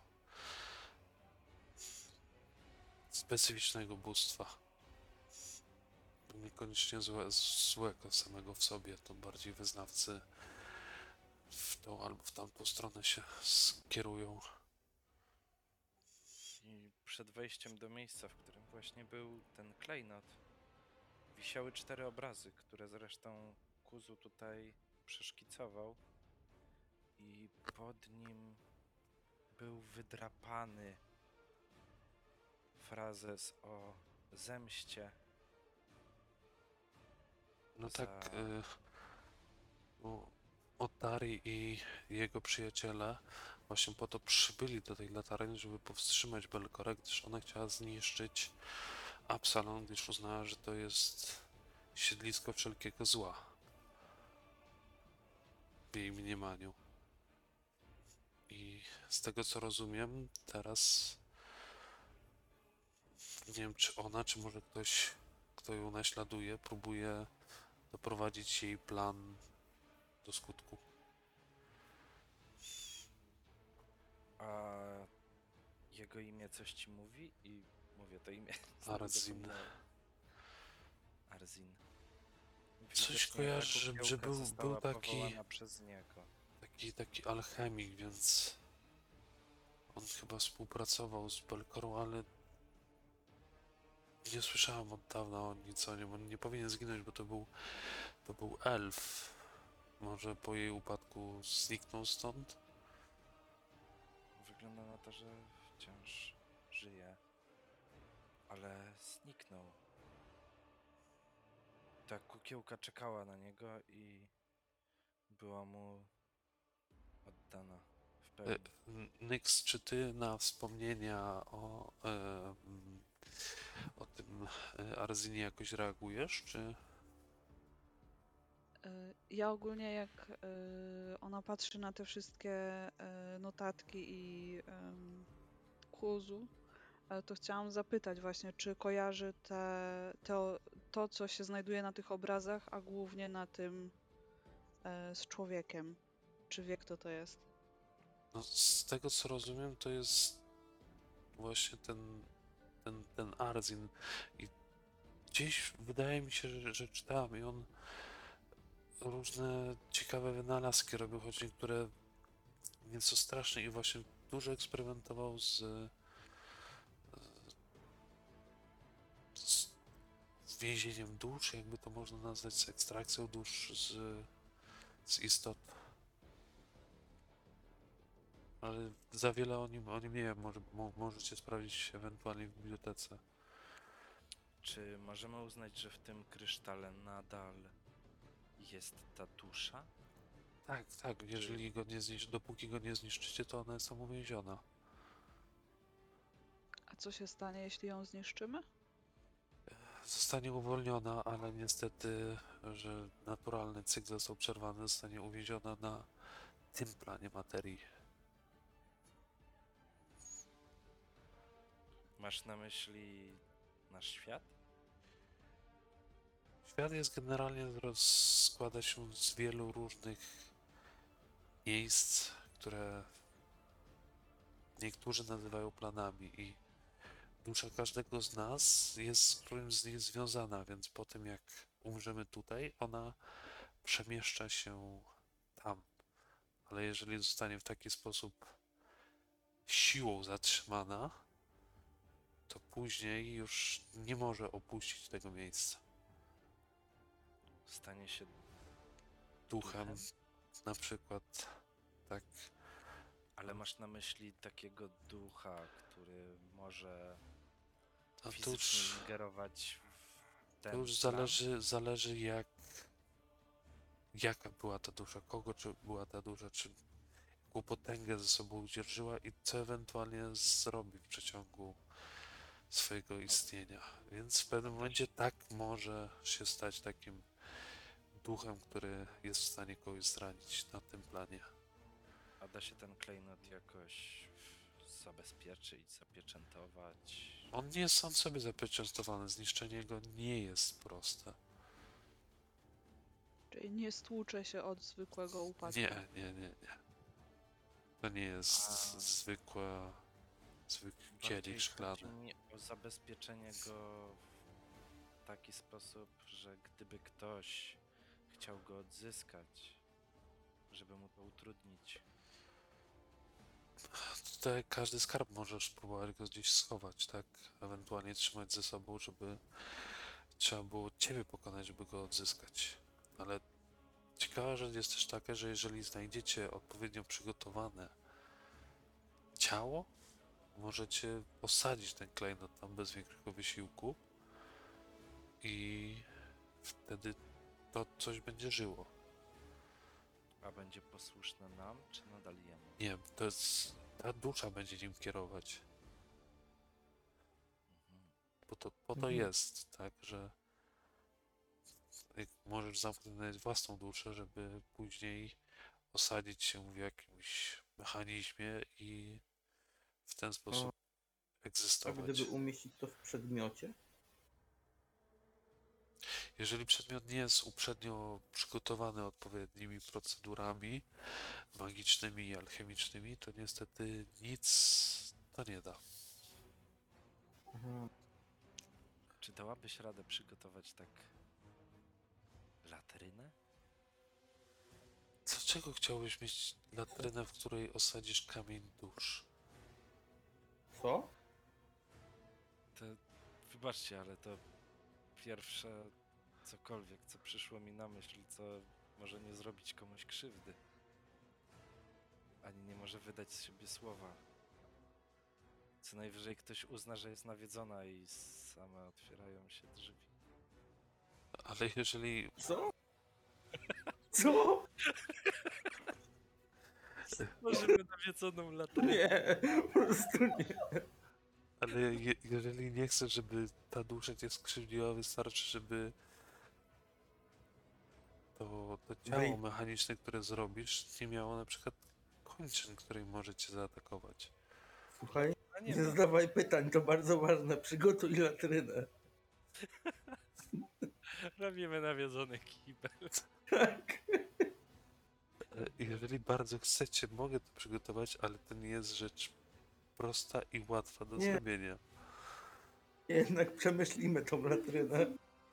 specyficznego bóstwa. Niekoniecznie złego samego w sobie, to bardziej wyznawcy w tą albo w tamtą stronę się skierują. I przed wejściem do miejsca, w którym właśnie był ten klejnot, wisiały 4 obrazy, które zresztą Kuzu tutaj przeszkicował. I pod nim był wydrapany frazes o zemście. No Za- tak, Otari i jego przyjaciele właśnie po to przybyli do tej latarni, żeby powstrzymać Belkorę, gdyż ona chciała zniszczyć Absalon, gdyż uznała, że to jest siedlisko wszelkiego zła w jej mniemaniu. I z tego co rozumiem, teraz nie wiem czy ona, czy może ktoś, kto ją naśladuje, próbuje doprowadzić jej plan do skutku. A jego imię coś ci mówi? I mówię to imię. znowu Arzin. zapomniałem. Arzin. Coś Widocznie ta kojarzy, że kukiełka był została taki... powołana przez niego. Taki alchemik, więc on chyba współpracował z Belkorą, ale nie słyszałem od dawna nic o nim. On nie powinien zginąć, bo to był elf. Może po jej upadku zniknął stąd? wygląda na to, że wciąż żyje, ale zniknął. Ta kukiełka czekała na niego i była mu oddana w pełni. Nyx, czy ty na wspomnienia o tym Arzinie jakoś reagujesz, czy... Ja ogólnie jak ona patrzy na te wszystkie notatki i Kuzu, to chciałam zapytać właśnie, czy kojarzy to, co się znajduje na tych obrazach, a głównie na tym z człowiekiem. Czy wie, kto to jest? No, z tego co rozumiem, to jest właśnie ten Arzin. I gdzieś wydaje mi się, że czytałem i on różne ciekawe wynalazki robił, choć niektóre nieco straszne i właśnie dużo eksperymentował z więzieniem dusz, jakby to można nazwać, z ekstrakcją dusz z istot. Ale za wiele o nim nie wiem, możecie sprawdzić ewentualnie w bibliotece. Czy możemy uznać, że w tym krysztale nadal jest ta dusza? Tak, tak, jeżeli go nie dopóki go nie zniszczycie, to ona jest tam uwięziona. A co się stanie, jeśli ją zniszczymy? Zostanie uwolniona, ale niestety, że naturalny cykl został przerwany, zostanie uwięziona na tym planie materii. Masz na myśli nasz świat? Świat jest generalnie, składa się z wielu różnych miejsc, które niektórzy nazywają planami i dusza każdego z nas jest z którymś z nich związana, więc po tym jak umrzemy tutaj, ona przemieszcza się tam. Ale jeżeli zostanie w taki sposób siłą zatrzymana, to później już nie może opuścić tego miejsca. Stanie się Duchem na przykład, tak. Ale masz na myśli takiego ducha, który może A to fizycznie już, ingerować w ten to już plan? zależy jaka była ta dusza, kogo czy była ta dusza, czy jaką potęgę ze sobą dzierżyła i co ewentualnie zrobi w przeciągu swojego istnienia. Więc w pewnym momencie tak może się stać takim duchem, który jest w stanie kogoś zranić na tym planie. A da się ten klejnot jakoś zabezpieczyć, zapieczętować? On nie jest sam sobie zapieczętowany, zniszczenie go nie jest proste. Czyli nie stłucze się od zwykłego upadku. Nie. To nie jest A- zwykły Bardziej kielich szklany. chodzi mi o zabezpieczenie go w taki sposób, że gdyby ktoś chciał go odzyskać, żeby mu to utrudnić. Tutaj każdy skarb możesz próbować go gdzieś schować, tak? Ewentualnie trzymać ze sobą, żeby trzeba było ciebie pokonać, żeby go odzyskać. Ale ciekawa rzecz jest też taka, że jeżeli znajdziecie odpowiednio przygotowane ciało, możecie posadzić ten klejnot tam bez większego wysiłku i wtedy to coś będzie żyło. A będzie posłuszne nam, czy nadal jemu? Nie, to jest... ta dusza będzie nim kierować. Mhm. Po to jest, tak, że jak możesz zamknąć własną duszę, żeby później osadzić się w jakimś mechanizmie i w ten sposób A egzystować. gdyby umieścić to w przedmiocie? Jeżeli przedmiot nie jest uprzednio przygotowany odpowiednimi procedurami magicznymi i alchemicznymi, to niestety nic to nie da. Aha. Czy dałabyś radę przygotować tak latrynę? Dlaczego chciałbyś mieć latrynę, w której osadzisz kamień dusz? Co? To wybaczcie, ale to pierwsze cokolwiek, co przyszło mi na myśl, co może nie zrobić komuś krzywdy. Ani nie może wydać z siebie słowa Co najwyżej ktoś uzna, że jest nawiedzona i same otwierają się drzwi. Ale jeżeli Co? Co? Możemy nawiedzoną latrynę. Nie, po prostu nie. Ale jeżeli nie chcesz, żeby ta dusza cię skrzywdziła, wystarczy, żeby to ciało Wej- mechaniczne, które zrobisz, nie miało na przykład kończyn, której może cię zaatakować. Słuchaj, A nie nie, zadawaj pytań, to bardzo ważne. Przygotuj latrynę. robimy nawiedzony kibel. Tak. Jeżeli bardzo chcecie, mogę to przygotować, ale to nie jest rzecz prosta i łatwa do Nie. zrobienia. Jednak przemyślimy tą latrynę.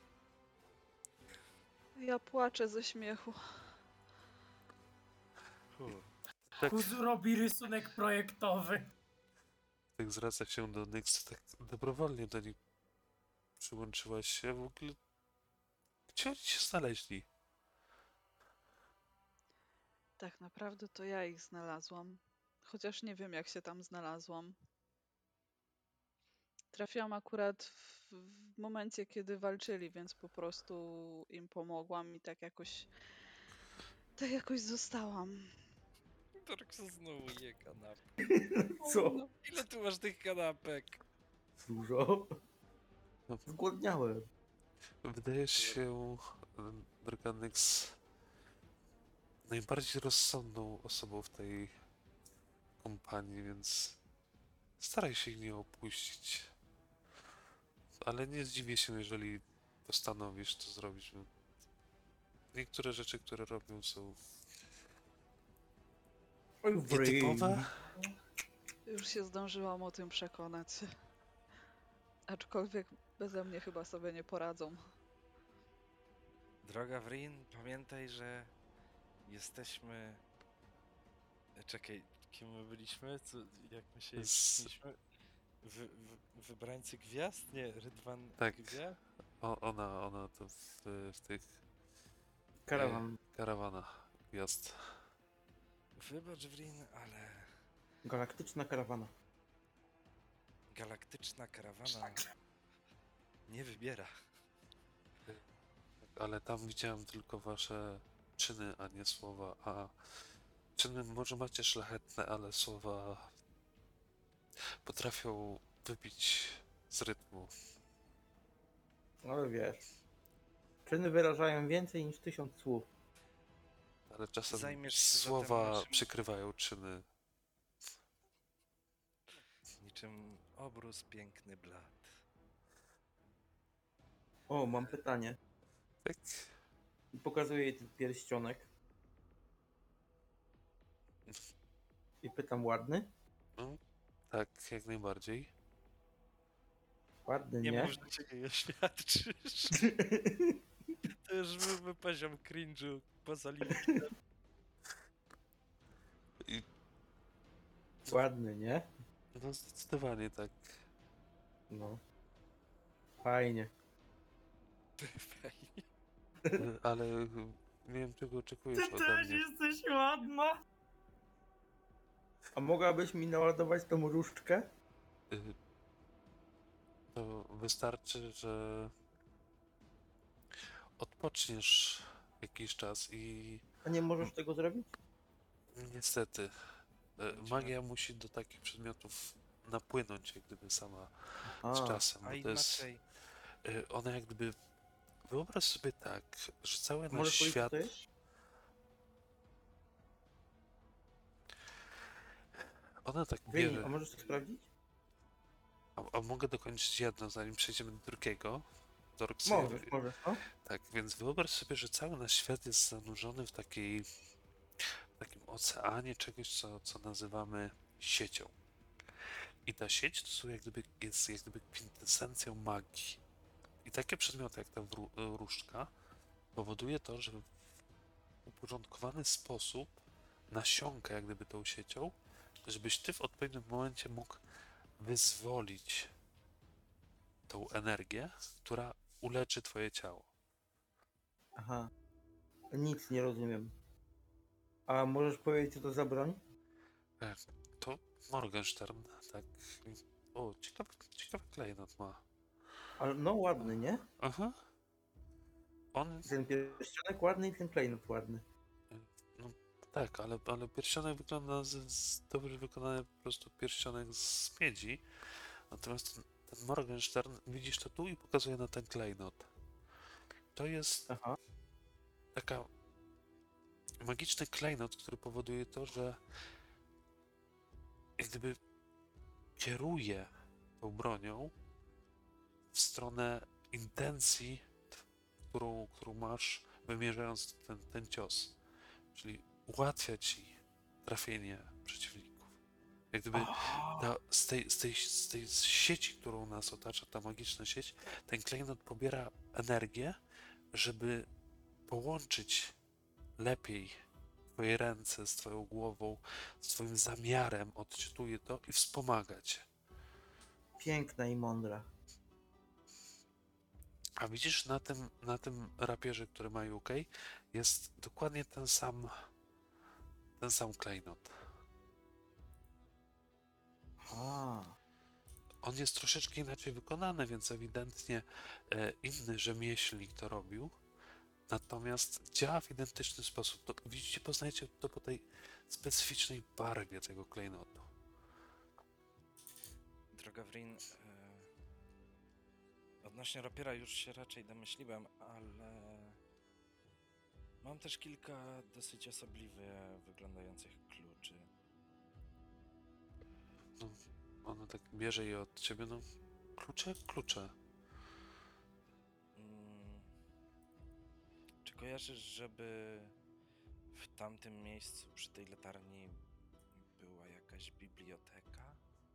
Ja płaczę ze śmiechu. Tak, Kuz robi rysunek projektowy. tak zwraca się do Nyx, tak dobrowolnie do nich przyłączyłaś się. W ogóle gdzie oni się znaleźli? Tak naprawdę to ja ich znalazłam. Chociaż nie wiem, jak się tam znalazłam. Trafiłam akurat w momencie, kiedy walczyli, więc po prostu im pomogłam i tak jakoś zostałam. Dorksa znowu je kanapę. Co? No, Ile tu masz tych kanapek? Dużo. No, Zgłodniałem. wydajesz się, droga Nyx, najbardziej rozsądną osobą w tej kompanii, więc staraj się ich nie opuścić. Ale nie zdziwię się, jeżeli postanowisz to zrobić. Niektóre rzeczy, które robią, są Oj, nietypowe. już się zdążyłam o tym przekonać. Aczkolwiek beze mnie chyba sobie nie poradzą. Droga Wrin, pamiętaj, że jesteśmy... Czekaj, kim my byliśmy? Jak my się Z- mieliśmy? Wybrańcy gwiazd? Nie, Rydwan Tak. Gwiazd? Ona to w tych Karawan. karawanach gwiazd. Wybacz Wrin, ale Galaktyczna karawana. galaktyczna karawana nie wybiera. Ale tam widziałem tylko wasze czyny, a nie słowa. A czyny może macie szlachetne, ale słowa potrafią wybić z rytmu. Ale wiesz. Czyny wyrażają więcej niż 1000 słów. Ale czasem Zajmiesz się zatem słowa naszym- przykrywają czyny. Niczym obrus piękny blat. O, mam pytanie. Tak? I pokazuję jej ten pierścionek. I pytam, ładny? No, tak, jak najbardziej. Ładny, Nie nie? mów, że cię nie oświadczysz. To już byłby poziom cringe'u poza limitem. I, Ładny, nie? no zdecydowanie tak. No. Fajnie. Ale nie wiem, czego oczekujesz Ty ode też mnie. jesteś ładna. A mogłabyś mi naładować tą różdżkę? Y, To wystarczy, że odpoczniesz jakiś czas i A nie możesz tego zrobić? niestety magia musi do takich przedmiotów napłynąć jak gdyby sama z A, czasem. A Bo to jest, inaczej, ona jak gdyby, wyobraź sobie tak, że cały nasz możesz powiedzieć, co świat, to jest? ona tak Wyjmij, bierze, a możesz to sprawdzić? a mogę dokończyć jedno, zanim przejdziemy do drugiego. Do Możesz, no. Tak, więc wyobraź sobie, że cały nasz świat jest zanurzony w takim oceanie czegoś, co nazywamy siecią. I ta sieć to są jest jak gdyby kwintesencją magii. I takie przedmioty jak ta różdżka powoduje to, że w uporządkowany sposób nasiąka jak gdyby tą siecią, żebyś ty w odpowiednim momencie mógł wyzwolić tą energię, która uleczy twoje ciało. Aha. Nic nie rozumiem. A możesz powiedzieć, co to za broń? To Morgenstern, tak O, ciekawy klejnot ma. Ale no ładny, nie? Aha. On, Ten pierścionek ładny i ten klejnot ładny. no tak, ale pierścionek wygląda dobrze wykonany po prostu pierścionek z miedzi. Natomiast ten Morgenstern, widzisz to tu i pokazuje na ten klejnot. To jest Aha. taka magiczny klejnot, który powoduje to, że jak gdyby kieruje tą bronią w stronę intencji, którą masz, wymierzając ten cios. Czyli ułatwia ci trafienie przeciwników. Jak gdyby z tej sieci, którą nas otacza, ta magiczna sieć, ten klejnot pobiera energię, żeby połączyć lepiej twoje ręce z twoją głową, z twoim zamiarem, odczytuje to i wspomaga cię. Piękna i mądra. A widzisz, na tym rapierze, który ma UK, jest dokładnie ten sam klejnot. A, On jest troszeczkę inaczej wykonany, więc ewidentnie inny rzemieślnik to robił. Natomiast działa w identyczny sposób. To, widzicie, poznajecie to po tej specyficznej barwie tego klejnotu. Droga Wrin, odnośnie rapiera już się raczej domyśliłem, ale mam też kilka dosyć osobliwie wyglądających kluczy. No, ona tak bierze je od ciebie, no klucze jak klucze. Czy kojarzysz, żeby w tamtym miejscu przy tej latarni była jakaś biblioteka?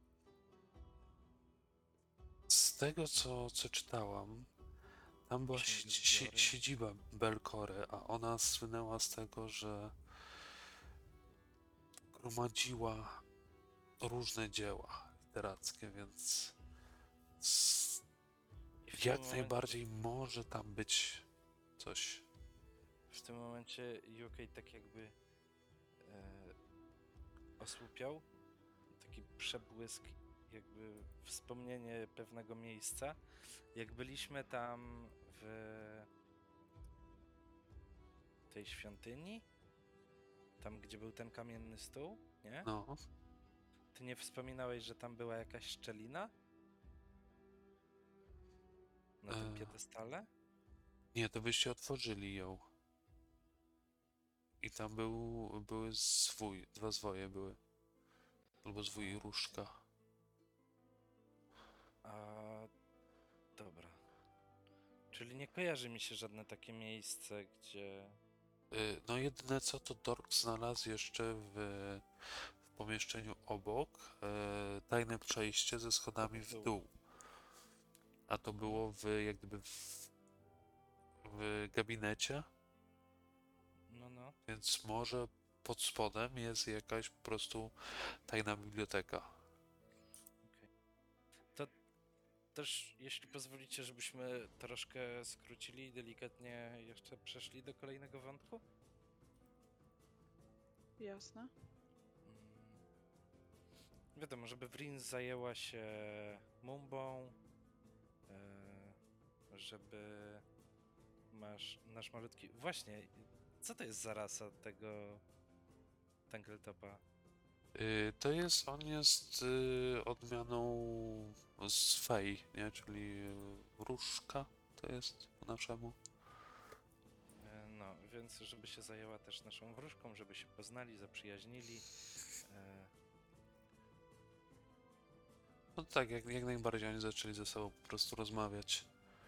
Z tego, co czytałam, tam była Księgozbiory? siedziba Belkory, a ona słynęła z tego, że gromadziła różne dzieła literackie, więc I w tym jak momencie- najbardziej może tam być coś. W tym momencie UK tak jakby osłupiał, taki przebłysk, jakby wspomnienie pewnego miejsca. Jak byliśmy tam w tej świątyni, tam gdzie był ten kamienny stół, nie? No, Ty nie wspominałeś, że tam była jakaś szczelina? Na tym piedestale? nie, to byście otworzyli ją. I tam były dwa zwoje były. Albo zwój i różdżka. A dobra. Czyli nie kojarzy mi się żadne takie miejsce, gdzie... No jedyne co, to Dork znalazł jeszcze w pomieszczeniu obok tajne przejście ze schodami w dół. A to było jak gdyby w gabinecie, No. więc może pod spodem jest jakaś po prostu tajna biblioteka. To też, jeśli pozwolicie, żebyśmy troszkę skrócili i delikatnie jeszcze przeszli do kolejnego wątku? Jasne. Wiadomo, żeby Wrin zajęła się Mumbą, żeby nasz malutki... Właśnie, co to jest za rasa tego Tangletopa? On jest odmianą z fej, nie? Czyli wróżka to jest po naszemu. No, więc żeby się zajęła też naszą wróżką, żeby się poznali, zaprzyjaźnili. No tak, jak najbardziej oni zaczęli ze sobą po prostu rozmawiać.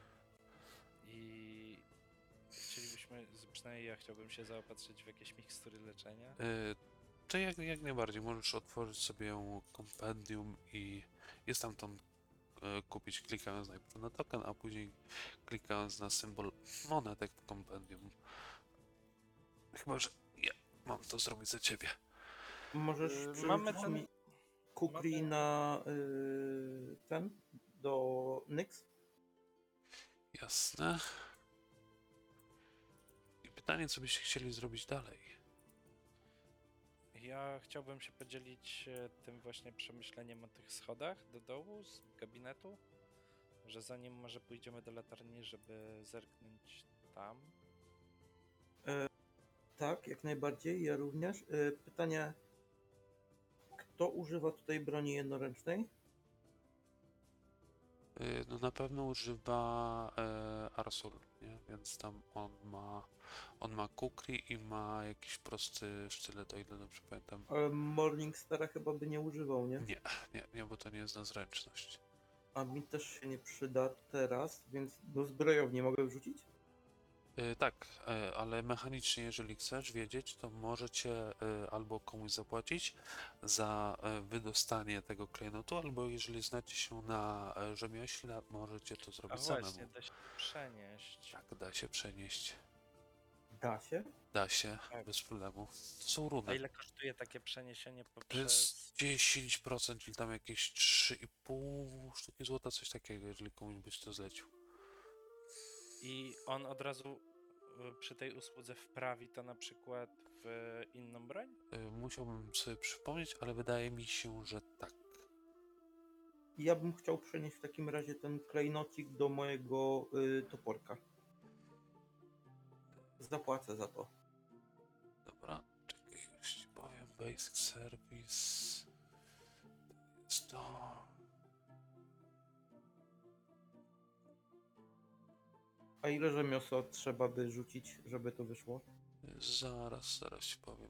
I chcielibyśmy, przynajmniej ja chciałbym się zaopatrzyć w jakieś mikstury leczenia. To jak najbardziej możesz otworzyć sobie ją kompendium i jest tam kupić, klikając najpierw na token, a później klikając na symbol monetek w kompendium. Chyba, że ja mam to zrobić za ciebie. możesz Mamy przerzucić ten- mi kukli na ten do Nyx? Jasne. I pytanie, co byście chcieli zrobić dalej? Ja chciałbym się podzielić tym właśnie przemyśleniem o tych schodach do dołu z gabinetu, że zanim może pójdziemy do latarni, żeby zerknąć tam. Tak, jak najbardziej, ja również. Pytanie, kto używa tutaj broni jednoręcznej? No na pewno używa Arsul, nie? Więc tam on ma kukri i ma jakiś prosty sztylet, o ile dobrze pamiętam. Ale Morningstara chyba by nie używał, nie? Nie, bo to nie jest na zręczność. A mi też się nie przyda teraz, więc do zbrojowni mogę wrzucić? Tak, ale mechanicznie, jeżeli chcesz wiedzieć, to możecie albo komuś zapłacić za wydostanie tego klejnotu, albo jeżeli znacie się na rzemiośle, możecie to A zrobić właśnie, samemu. da się przenieść. Tak, da się przenieść. Da się? Da się, Tak. bez problemu. To są A runy. ile kosztuje takie przeniesienie To jest poprzez... 10%, czyli tam jakieś 3,5 sztuki złota, coś takiego, jeżeli komuś byś to zlecił. I on od razu przy tej usłudze wprawi to na przykład w inną broń? Musiałbym sobie przypomnieć, ale wydaje mi się, że tak. Ja bym chciał przenieść w takim razie ten klejnocik do mojego toporka. Zapłacę za to. Dobra, czekaj, już ci powiem. Basic Service. Jest to. A ile rzemiosła trzeba by rzucić, żeby to wyszło? Zaraz ci powiem.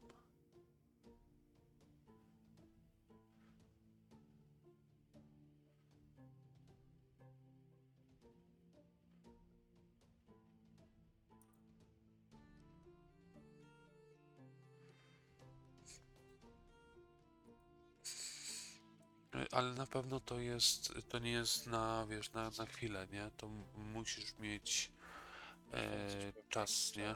Ale na pewno to nie jest na, wiesz, na chwilę, nie? To musisz mieć czas, nie?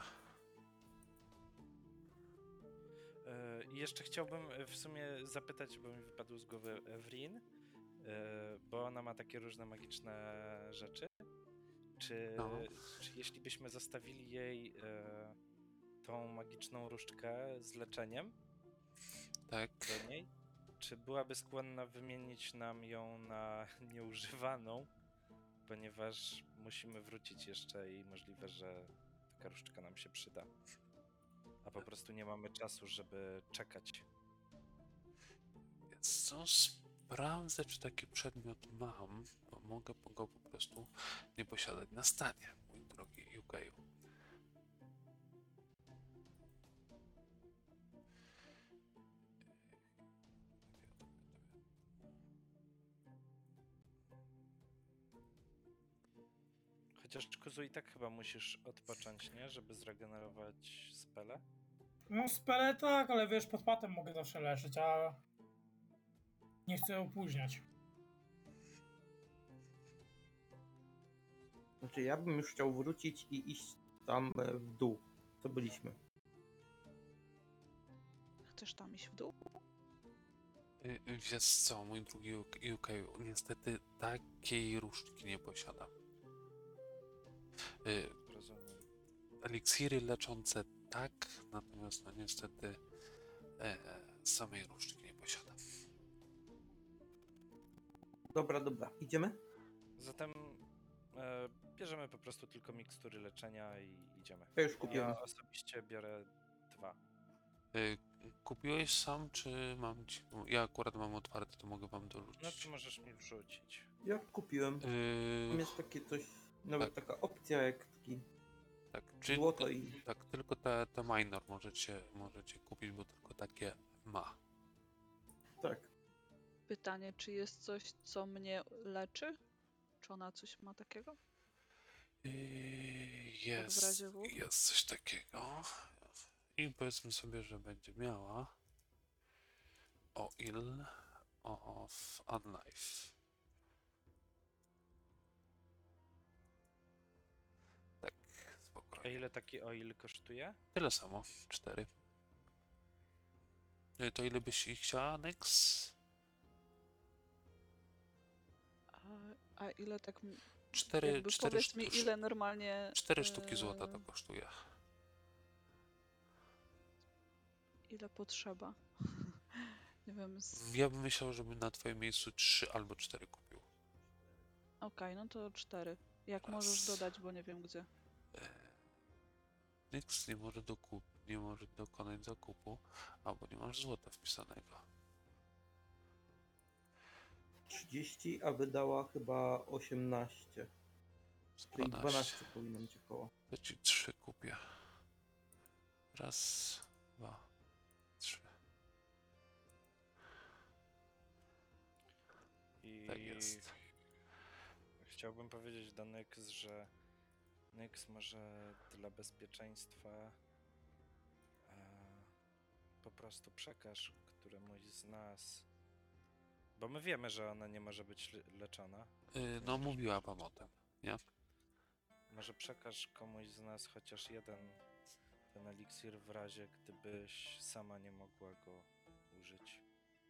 I jeszcze chciałbym w sumie zapytać, bo mi wypadł z głowy Evrin, bo ona ma takie różne magiczne rzeczy. Czy, No. czy jeśli byśmy zostawili jej tą magiczną różdżkę z leczeniem Tak. do niej, czy byłaby skłonna wymienić nam ją na nieużywaną, ponieważ musimy wrócić jeszcze i możliwe, że taka różdżka nam się przyda. A po prostu nie mamy czasu, żeby czekać. Więc co, sprawdzę, czy taki przedmiot mam, bo mogę go po prostu nie posiadać na stanie, mój drogi Yukeju. Chociaż Kuzu i tak chyba musisz odpocząć, nie? Żeby zregenerować spele. No spele tak, ale wiesz, pod patem mogę zawsze leżeć, a nie chcę opóźniać. Znaczy ja bym już chciał wrócić i iść tam w dół, co byliśmy. Chcesz tam iść w dół? Wiesz co, mój drugi Yukeju, niestety takiej różdżki nie posiadam. Rozumiem. Eliksiry leczące tak, natomiast no niestety samej różdżki nie posiadam. Dobra, idziemy? Zatem bierzemy po prostu tylko mikstury leczenia i idziemy. Ja już kupiłem. Ja osobiście biorę 2. Kupiłeś sam, czy mam ci... Ja akurat mam otwarte, to mogę wam No dorzucić. to możesz mi wrzucić. Ja kupiłem. Tam jest takie coś, nawet taka opcja jak taki tak, czyli złoto i... tak, tylko te minor możecie kupić, bo tylko takie ma. Tak. Pytanie, czy jest coś, co mnie leczy? Czy ona coś ma takiego? w razie W? Jest coś takiego. I powiedzmy sobie, że będzie miała Oil of Unlife. Tak, A spokojnie. ile taki oil kosztuje? Tyle samo, 4. To ile byś ich chciała, Nyx? A ile tak... 4 Jakby powiedz mi, ile normalnie... 4 sztuki złota to kosztuje. ile potrzeba. Nie wiem, Ja bym myślał, żebym na twoim miejscu 3 albo 4 kupił. Okej, no to 4. Jak Raz. możesz dodać, bo nie wiem gdzie. Nikt nie może dokonać zakupu, albo nie masz złota wpisanego. 30, a wydała chyba 18. Czyli 12 powinno mieć około. To ci 3 kupię. Raz, 2, 3. I Tak jest. chciałbym powiedzieć do Nyx, że Nyx może dla bezpieczeństwa po prostu przekaż któremuś z nas, bo my wiemy, że ona nie może być leczona. No mówiła wam o tym, nie? Może przekaż komuś z nas chociaż jeden ten eliksir w razie, gdybyś sama nie mogła go użyć.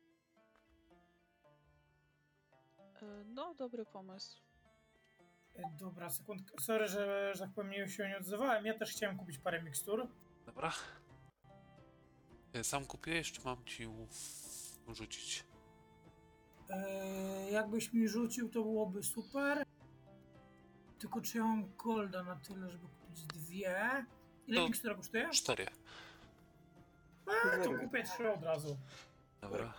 No, dobry pomysł. Dobra, sekundkę. Sorry, że tak powiem nie się nie odzywałem. Ja też chciałem kupić parę mikstur. Dobra. Sam kupiłeś, czy mam ci rzucić? Jakbyś mi rzucił, to byłoby super. Tylko czy ja mam golda na tyle, żeby kupić 2? Ile To- mikstura kosztuje? 4. To kupię 3 od razu. Dobra.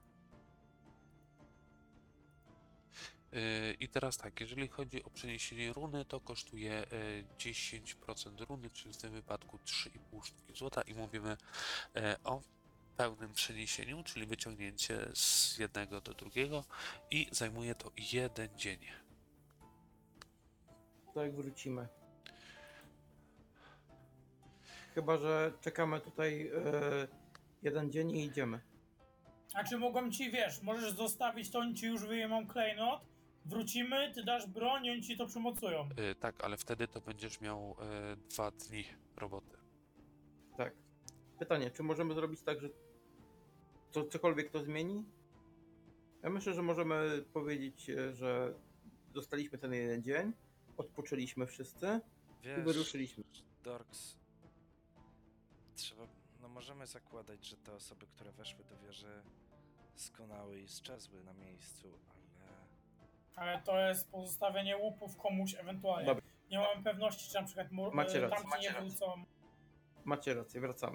I teraz tak, jeżeli chodzi o przeniesienie runy, to kosztuje 10% runy, czyli w tym wypadku 3,5 sztuki złota i mówimy o pełnym przeniesieniu, czyli wyciągnięcie z jednego do drugiego i zajmuje to 1 dzień. To jak wrócimy. Chyba, że czekamy tutaj jeden dzień i idziemy. A czy mogłem ci, wiesz, możesz zostawić to, oni ci już wyjmą klejnot, wrócimy, ty dasz broń, oni ci to przymocują. Tak, ale wtedy to będziesz miał 2 dni roboty. Tak. Pytanie, czy możemy zrobić tak, że cokolwiek to zmieni? Ja myślę, że możemy powiedzieć, że dostaliśmy ten jeden dzień, odpoczęliśmy wszyscy i Wiesz, wyruszyliśmy. Dorks, trzeba, no możemy zakładać, że te osoby, które weszły do wieży, skonały i sczezły na miejscu, ale Ale to jest pozostawienie łupów komuś ewentualnie. Dobra. Nie mam pewności, czy na przykład Macie rację, tamci nie wrócą. Macie rację, wracamy.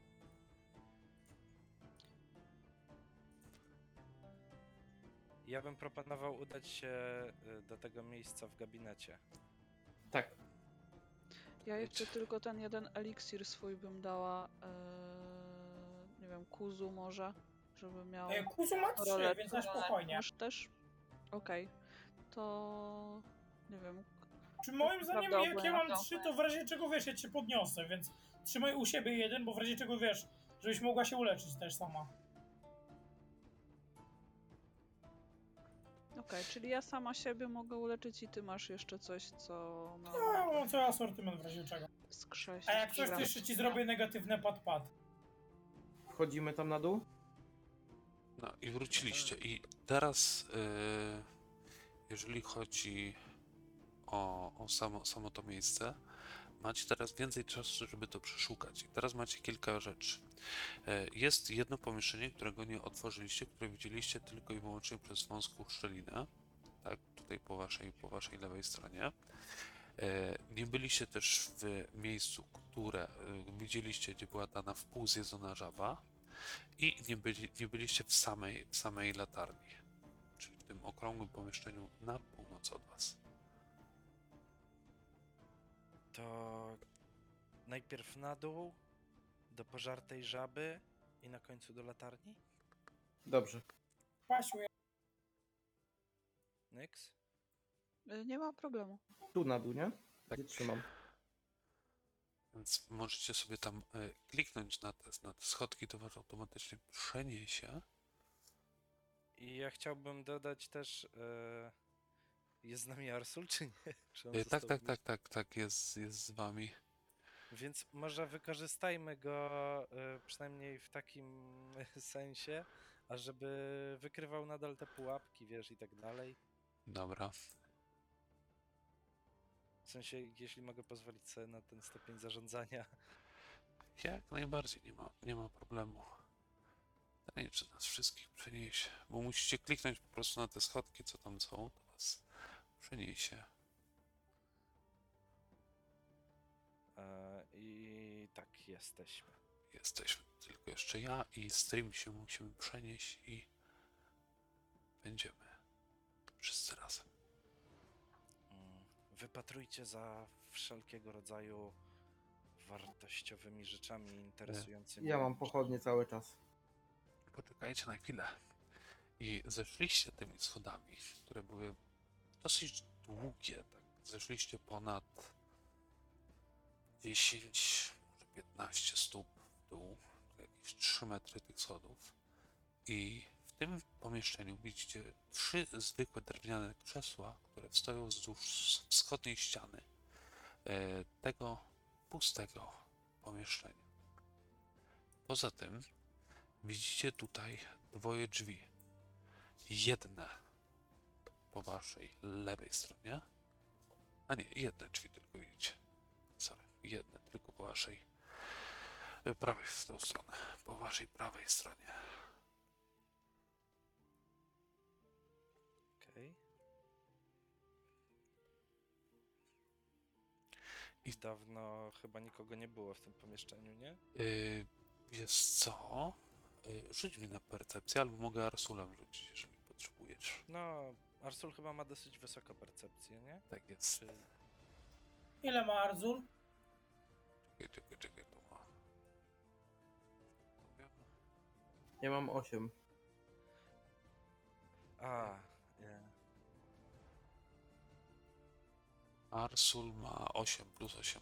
ja bym proponował udać się do tego miejsca w gabinecie. Tak. Ja jeszcze tylko ten jeden eliksir swój bym dała, nie wiem, Kuzu może, żeby miał Kuzu ma 3, rolę. więc na spokojnie. Masz też? Okej. To nie wiem. Czy moim zdaniem, Prawda, jak ja mam obojętne. 3, to w razie czego, wiesz, ja cię podniosę, więc trzymaj u siebie jeden, bo w razie czego, wiesz, żebyś mogła się uleczyć też sama. Okej, czyli ja sama siebie mogę uleczyć i ty masz jeszcze coś, co ma No, mam cały asortyment w razie czego. skrzesić. A jak coś, to Dobra. jeszcze ci zrobię negatywne pad-pad. Wchodzimy tam na dół? No i wróciliście. I teraz, jeżeli chodzi o samo to miejsce, macie teraz więcej czasu, żeby to przeszukać. I teraz macie kilka rzeczy. Jest jedno pomieszczenie, którego nie otworzyliście, które widzieliście tylko i wyłącznie przez wąską szczelinę. Tak, tutaj po waszej lewej stronie. Nie byliście też w miejscu, które widzieliście, gdzie była ta na wpół zjedzona żaba. I nie byliście w samej latarni, czyli w tym okrągłym pomieszczeniu na północ od was. To najpierw na dół, do pożartej żaby i na końcu do latarni? Dobrze. Pasiu, Nyx? Nie ma problemu. Tu na dół, nie? Tak. Gdzie trzymam. Więc możecie sobie tam kliknąć na te schodki, to was automatycznie przeniesie. I ja chciałbym dodać też, jest z nami Arsul, czy nie? Czy on Tak, został tak, jest z wami. Więc może wykorzystajmy go przynajmniej w takim sensie, ażeby wykrywał nadal te pułapki, wiesz, i tak dalej. Dobra. W sensie, jeśli mogę pozwolić sobie na ten stopień zarządzania. Jak najbardziej, nie ma problemu. Nie, czy nas wszystkich przeniesie, bo musicie kliknąć po prostu na te schodki, co tam są, to was przeniesie. I tak jesteśmy. Jesteśmy tylko jeszcze ja i stream się musimy przenieść i będziemy wszyscy razem. Wypatrujcie za wszelkiego rodzaju wartościowymi rzeczami interesującymi. Ja mam pochodnie cały czas. Poczekajcie na chwilę. I zeszliście tymi schodami, które były dosyć długie, tak. Zeszliście ponad 10, może 15 stóp w dół, jakieś 3 metry tych schodów. I w tym pomieszczeniu widzicie 3 zwykłe drewniane krzesła, które stoją wzdłuż wschodniej ściany tego pustego pomieszczenia. Poza tym widzicie tutaj 2 drzwi. Jedne po waszej lewej stronie, a nie, jedne drzwi tylko widzicie. Sorry, jedne tylko po waszej prawej w tą stronę, po waszej prawej stronie. Okej. I- Dawno chyba nikogo nie było w tym pomieszczeniu, nie? Wiesz co? Rzuć mi na percepcję, albo mogę Arsulem rzucić, jeżeli potrzebujesz. No, Arsul chyba ma dosyć wysoką percepcję, nie? Tak jest. Czy... Ile ma Arzul? Czekaj, to ma. Ja mam 8. Nie. Arsul ma 8 plus 8.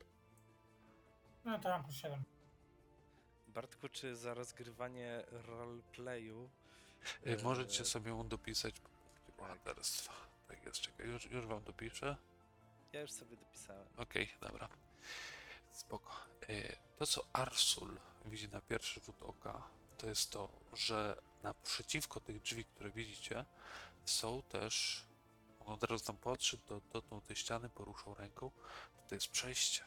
No to mam plus 7. Bartku, czy za rozgrywanie roleplayu Możecie sobie ją dopisać po punkcie tak. bohaterstwa. Tak jest, czekaj, już wam dopiszę. Ja już sobie dopisałem. Okej, dobra. Spoko. To, co Arsul widzi na pierwszy rzut oka, to jest to, że naprzeciwko tych drzwi, które widzicie, są też. On od razu tam podszedł, dotknął tej ściany, poruszał ręką. To jest przejście.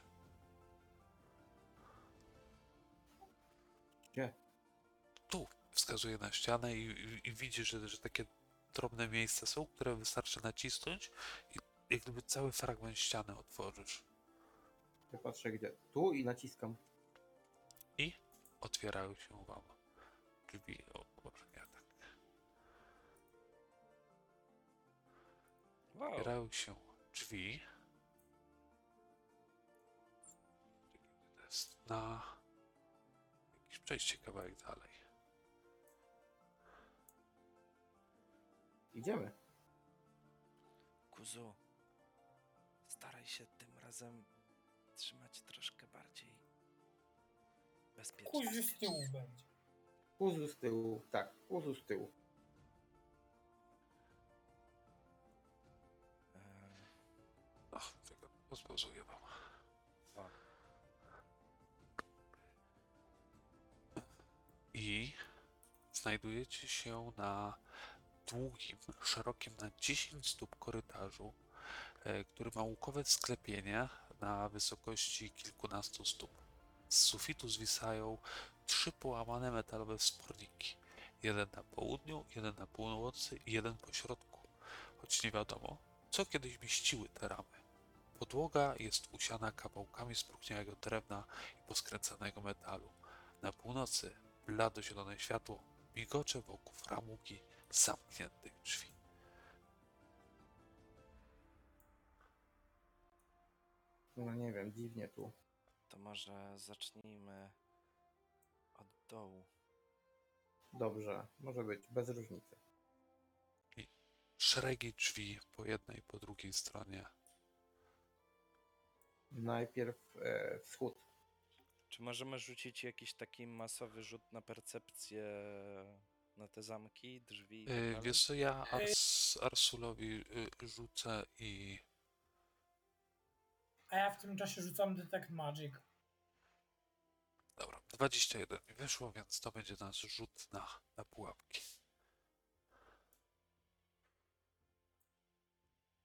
Gdzie? Tu wskazuje na ścianę i widzi, że takie drobne miejsca są, które wystarczy nacisnąć i jak gdyby cały fragment ściany otworzysz. Ja patrzę gdzie. Tu i naciskam. I otwierają się wam drzwi. O Boże, nie tak. Wow. Otwierają się drzwi. To jest na jakieś przejście kawałek dalej. Idziemy. Kuzu, staraj się tym razem trzymać troszkę bardziej bezpiecznie. Kuźwy z tyłu będzie. Puzu z tyłu. Tak, puzu z tyłu. Ach, czekaj, pozpauzuję wam. O. I znajdujecie się na długim, szerokim na 10 stóp korytarzu, który ma łukowe sklepienie na wysokości kilkunastu stóp. Z sufitu zwisają 3 połamane metalowe wsporniki. Jeden na południu, jeden na północy i jeden po środku. Choć nie wiadomo, co kiedyś mieściły te ramy. Podłoga jest usiana kawałkami spróchniałego drewna i poskręcanego metalu. Na północy blado-zielone światło migocze wokół framugi zamkniętych drzwi. No nie wiem, dziwnie tu. To może zacznijmy od dołu. Dobrze, może być, bez różnicy. Szeregi drzwi po jednej, po drugiej stronie. Najpierw wschód. Czy możemy rzucić jakiś taki masowy rzut na percepcję na te zamki, drzwi i tak dalej? Wiesz co, ja Arsulowi rzucę i A ja w tym czasie rzucam Detect Magic. dobra, 21 mi wyszło, więc to będzie nasz rzut na pułapki.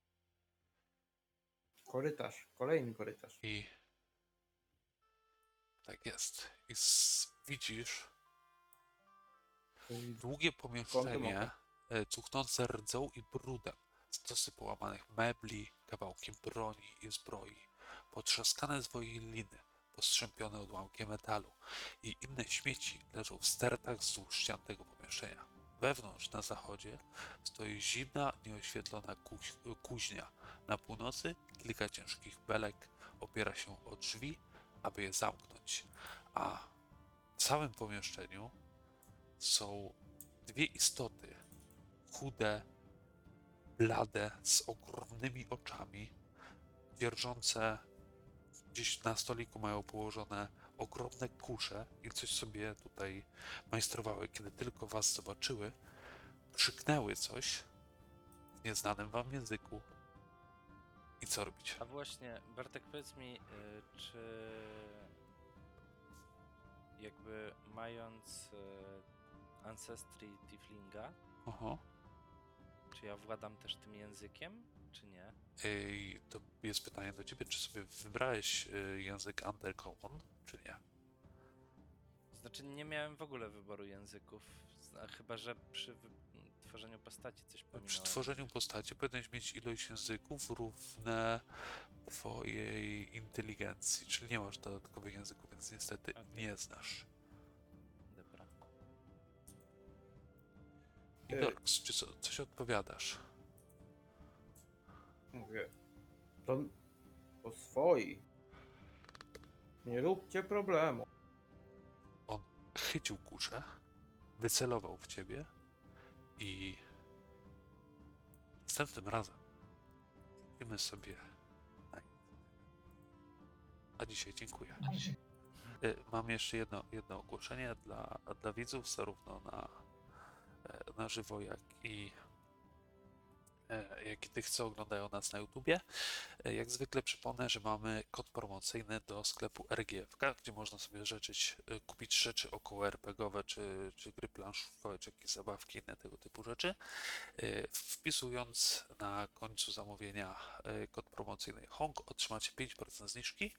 Korytarz, kolejny korytarz. I Tak jest. I widzisz Czyli długie Kątem pomieszczenie, oka. cuchnące rdzoł i brudem, stosy połamanych mebli, kawałki broni i zbroi, potrzaskane zwojeliny, postrzępione odłamki metalu i inne śmieci leżą w stertach wzdłuż ścian tego pomieszczenia. Wewnątrz, na zachodzie, stoi zimna, nieoświetlona kuźnia. Na północy kilka ciężkich belek opiera się o drzwi, aby je zamknąć, a w całym pomieszczeniu są dwie istoty, chude, blade, z ogromnymi oczami, dzierżące gdzieś na stoliku mają położone ogromne kusze i coś sobie tutaj majstrowały. Kiedy tylko was zobaczyły, krzyknęły coś w nieznanym wam języku. I co robić? A właśnie, Bartek, powiedz mi, czy jakby mając Ancestry Tieflinga, Oho. czy ja władam też tym językiem, czy nie? To jest pytanie do ciebie, czy sobie wybrałeś język Undercommon, czy nie? Znaczy nie miałem w ogóle wyboru języków, chyba że przy tworzeniu postaci coś Przy pominąłem. tworzeniu postaci powinieneś mieć ilość języków równe twojej inteligencji, czyli nie masz dodatkowych języków, więc niestety Okej. nie znasz. Dobra. I Dorks, czy coś odpowiadasz? Mówię, to swoi. Nie róbcie problemu. On chycił kuszę, wycelował w ciebie i następnym razem idziemy sobie na... A dzisiaj dziękuję. Mam jeszcze jedno ogłoszenie dla widzów, zarówno na żywo, jak i tych, co oglądają nas na YouTubie. Jak zwykle przypomnę, że mamy kod promocyjny do sklepu RGFK, gdzie można sobie kupić rzeczy około RPGowe, czy gry planszowe, czy jakieś zabawki, inne tego typu rzeczy. Wpisując na końcu zamówienia kod promocyjny HONG otrzymacie 5% zniżki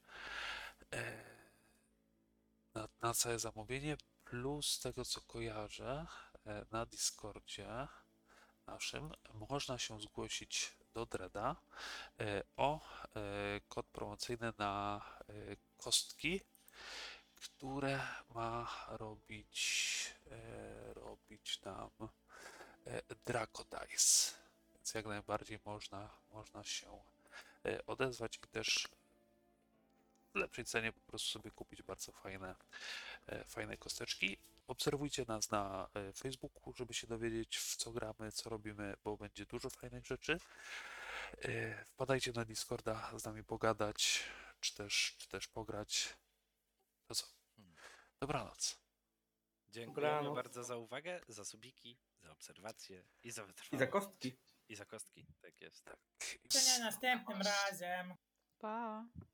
na całe zamówienie, plus z tego co kojarzę, na Discordzie naszym można się zgłosić do Dreda o kod promocyjny na kostki, które ma robić nam Draco Dice. Więc jak najbardziej można się odezwać i też w lepszej cenie po prostu sobie kupić bardzo fajne kosteczki. Obserwujcie nas na Facebooku, żeby się dowiedzieć, w co gramy, co robimy, bo będzie dużo fajnych rzeczy. Wpadajcie na Discorda z nami pogadać, czy też pograć. To co? Dobranoc. Dziękujemy Dobranoc. bardzo za uwagę, za subiki, za obserwacje i za I wytrwałość. za kostki. I za kostki, tak jest. Tak. Do następnym razem. Pa!